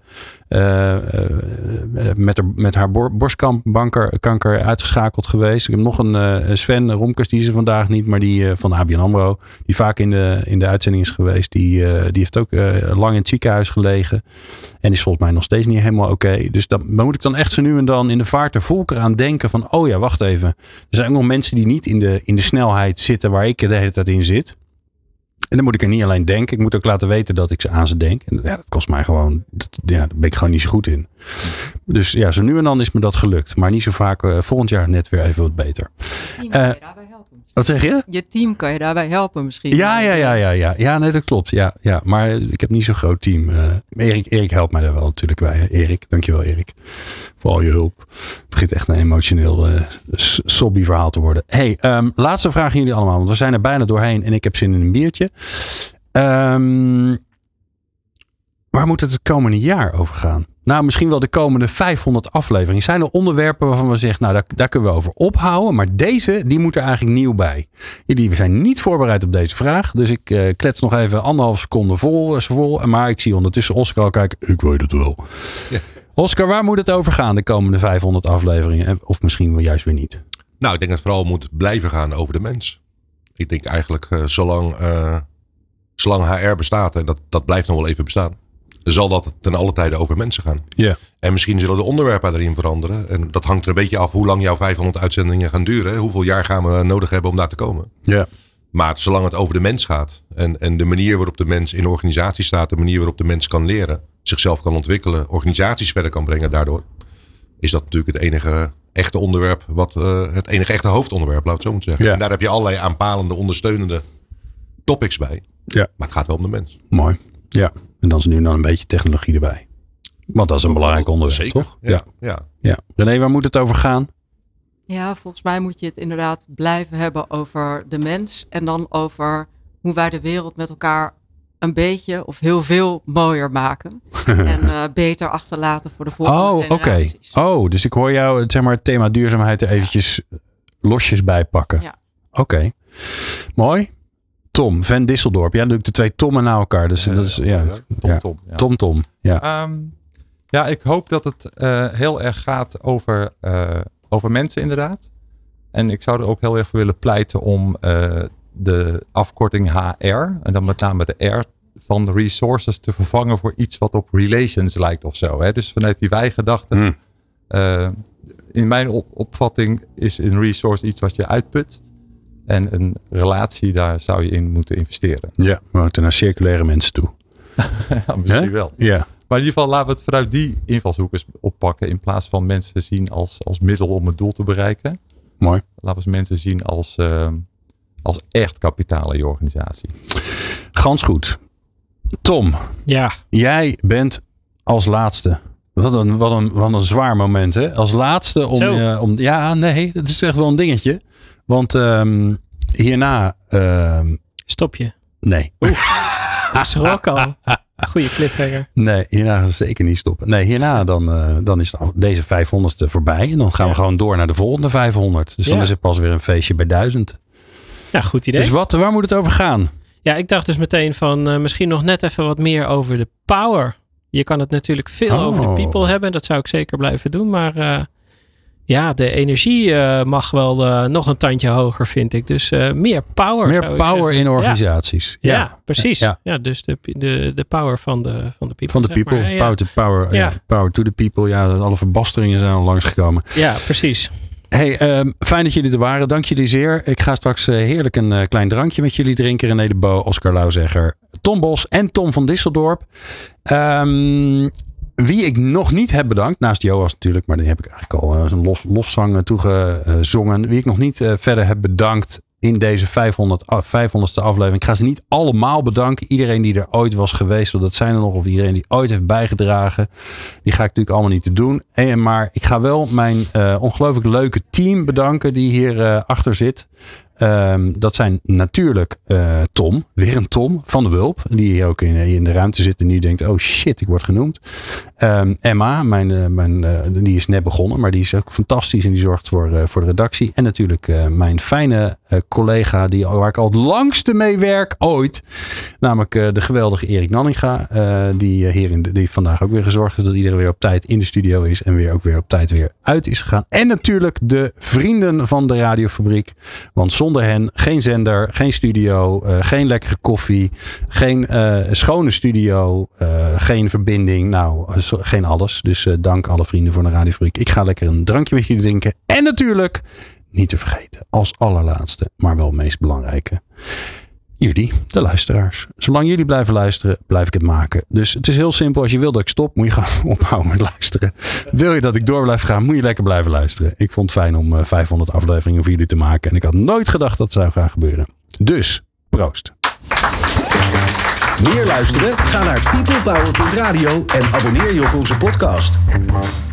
met haar borstkanker uitgeschakeld geweest. Ik heb nog een Sven Romkes, die is er vandaag niet, maar die van ABN AMRO, die vaak in de uitzending is geweest. Die heeft ook lang in het ziekenhuis gelegen. En is volgens mij nog steeds niet helemaal oké. Dus daar moet ik dan echt zo nu en dan in de vaart der volkeren aan denken van, oh ja, wacht even. Er zijn ook nog mensen die niet in de snelheid zitten waar ik de hele tijd in zit. En dan moet ik er niet alleen denken. Ik moet ook laten weten dat ik aan ze denk. En ja, dat kost mij gewoon. Daar ben ik gewoon niet zo goed in. Dus ja, zo nu en dan is me dat gelukt. Maar niet zo vaak. Volgend jaar net weer even wat beter. Je team kan je daarbij helpen. Wat zeg je? Je team kan je daarbij helpen misschien. Ja. Ja, nee, dat klopt. Ja. Maar ik heb niet zo'n groot team. Erik helpt mij daar wel natuurlijk bij. Erik, dankjewel Erik. Voor al je hulp. Het begint echt een emotioneel sobby verhaal te worden. Hey, laatste vraag aan jullie allemaal. Want we zijn er bijna doorheen. En ik heb zin in een biertje. Waar moet het komende jaar over gaan? Nou, misschien wel de komende 500 afleveringen. Zijn er onderwerpen waarvan we zeggen, nou, daar kunnen we over ophouden. Maar deze, die moet er eigenlijk nieuw bij. Jullie zijn niet voorbereid op deze vraag. Dus ik klets nog even 1,5 seconde vol. Maar ik zie ondertussen Oscar al kijken. Ik weet het wel. Ja. Oscar, waar moet het over gaan de komende 500 afleveringen? Of misschien wel juist weer niet? Nou, ik denk dat het vooral moet blijven gaan over de mens. Ik denk eigenlijk, zolang HR bestaat, en dat blijft nog wel even bestaan, zal dat ten alle tijde over mensen gaan. Yeah. En misschien zullen de onderwerpen daarin veranderen. En dat hangt er een beetje af hoe lang jouw 500 uitzendingen gaan duren. Hoeveel jaar gaan we nodig hebben om daar te komen. Yeah. Maar zolang het over de mens gaat. En de manier waarop de mens in organisatie staat. De manier waarop de mens kan leren. Zichzelf kan ontwikkelen. Organisaties verder kan brengen daardoor. Is dat natuurlijk het enige echte onderwerp. Het enige echte hoofdonderwerp, laat het zo moeten zeggen. Yeah. En daar heb je allerlei aanpalende, ondersteunende topics bij. Ja. Maar het gaat wel om de mens. Mooi. Ja. En dan is nu nog een beetje technologie erbij. Want dat is een belangrijk onderwerp, zeker. Toch? Ja. René, waar moet het over gaan? Ja, volgens mij moet je het inderdaad blijven hebben over de mens. En dan over hoe wij de wereld met elkaar een beetje of heel veel mooier maken. En beter achterlaten voor de volgende generaties. Oh, dus ik hoor jou het thema duurzaamheid er eventjes losjes bij pakken. Ja. Oké. Mooi. Tom, Van Disseldorp. Ja, natuurlijk de twee Tommen na elkaar. Dus dat is Tom. Ja. Ja, ik hoop dat het heel erg gaat over mensen inderdaad. En ik zou er ook heel erg voor willen pleiten om de afkorting HR. En dan met name de R van de resources te vervangen voor iets wat op relations lijkt of zo. Hè? Dus vanuit die wij-gedachte. In mijn opvatting is een resource iets wat je uitput. En een relatie, daar zou je in moeten investeren. Ja, we moeten naar circulaire mensen toe. Ja, misschien wel. Ja. Maar in ieder geval laten we het vanuit die invalshoek eens oppakken. In plaats van mensen zien als middel om het doel te bereiken. Mooi. Laten we mensen zien als echt kapitaal in je organisatie. Gans goed. Tom. Ja. Jij bent als laatste. Wat een zwaar moment, hè? Als laatste om. Ja, nee, dat is echt wel een dingetje. Want hierna. Stop je? Nee. Ik schrok al. Goeie cliffhanger. Nee, hierna gaan we zeker niet stoppen. Nee, hierna dan is deze 500ste voorbij. En dan gaan we gewoon door naar de volgende 500. Dus dan is het pas weer een feestje bij 1000. Ja, goed idee. Dus waar moet het over gaan? Ja, ik dacht dus meteen van misschien nog net even wat meer over de power. Je kan het natuurlijk veel over de people hebben. Dat zou ik zeker blijven doen. Maar de energie mag wel nog een tandje hoger, vind ik. Dus meer power. Meer power in organisaties. Ja, precies. Ja, dus de power van de people. Van de people. Power to the people. Ja, alle verbasteringen zijn al langsgekomen. Ja, precies. Hey, fijn dat jullie er waren. Dank jullie zeer. Ik ga straks heerlijk een klein drankje met jullie drinken. René de Bo, Oscar Lauzegger, Tom Bos en Tom van Disseldorp. Wie ik nog niet heb bedankt, naast Joas natuurlijk, maar die heb ik eigenlijk al een lofzang toegezongen. Wie ik nog niet verder heb bedankt in deze 500ste aflevering. Ik ga ze niet allemaal bedanken. Iedereen die er ooit was geweest, dat zijn er nog, of iedereen die ooit heeft bijgedragen. Die ga ik natuurlijk allemaal niet te doen. Maar ik ga wel mijn ongelooflijk leuke team bedanken die hier achter zit. Dat zijn natuurlijk Tom, weer een Tom van de Wulp. Die hier ook in de ruimte zit en nu denkt, oh shit, ik word genoemd. Emma, die is net begonnen, maar die is ook fantastisch en die zorgt voor de redactie. En natuurlijk mijn fijne collega waar ik al het langste mee werk ooit. Namelijk de geweldige Erik Nanninga. Die vandaag ook weer gezorgd heeft dat iedereen weer op tijd in de studio is. En weer op tijd weer uit is gegaan. En natuurlijk de vrienden van de radiofabriek. Want zonder hen geen zender, geen studio, geen lekkere koffie. Geen schone studio, geen verbinding. Nou, geen alles. Dus dank alle vrienden voor de radiofabriek. Ik ga lekker een drankje met jullie drinken. En natuurlijk, niet te vergeten, als allerlaatste, maar wel meest belangrijke, jullie, de luisteraars. Zolang jullie blijven luisteren, blijf ik het maken. Dus het is heel simpel. Als je wil dat ik stop, moet je gewoon ophouden met luisteren. Wil je dat ik door blijf gaan, moet je lekker blijven luisteren. Ik vond het fijn om 500 afleveringen voor jullie te maken. En ik had nooit gedacht dat het zou gaan gebeuren. Dus, proost. Meer luisteren? Ga naar peoplepower.radio en abonneer je op onze podcast.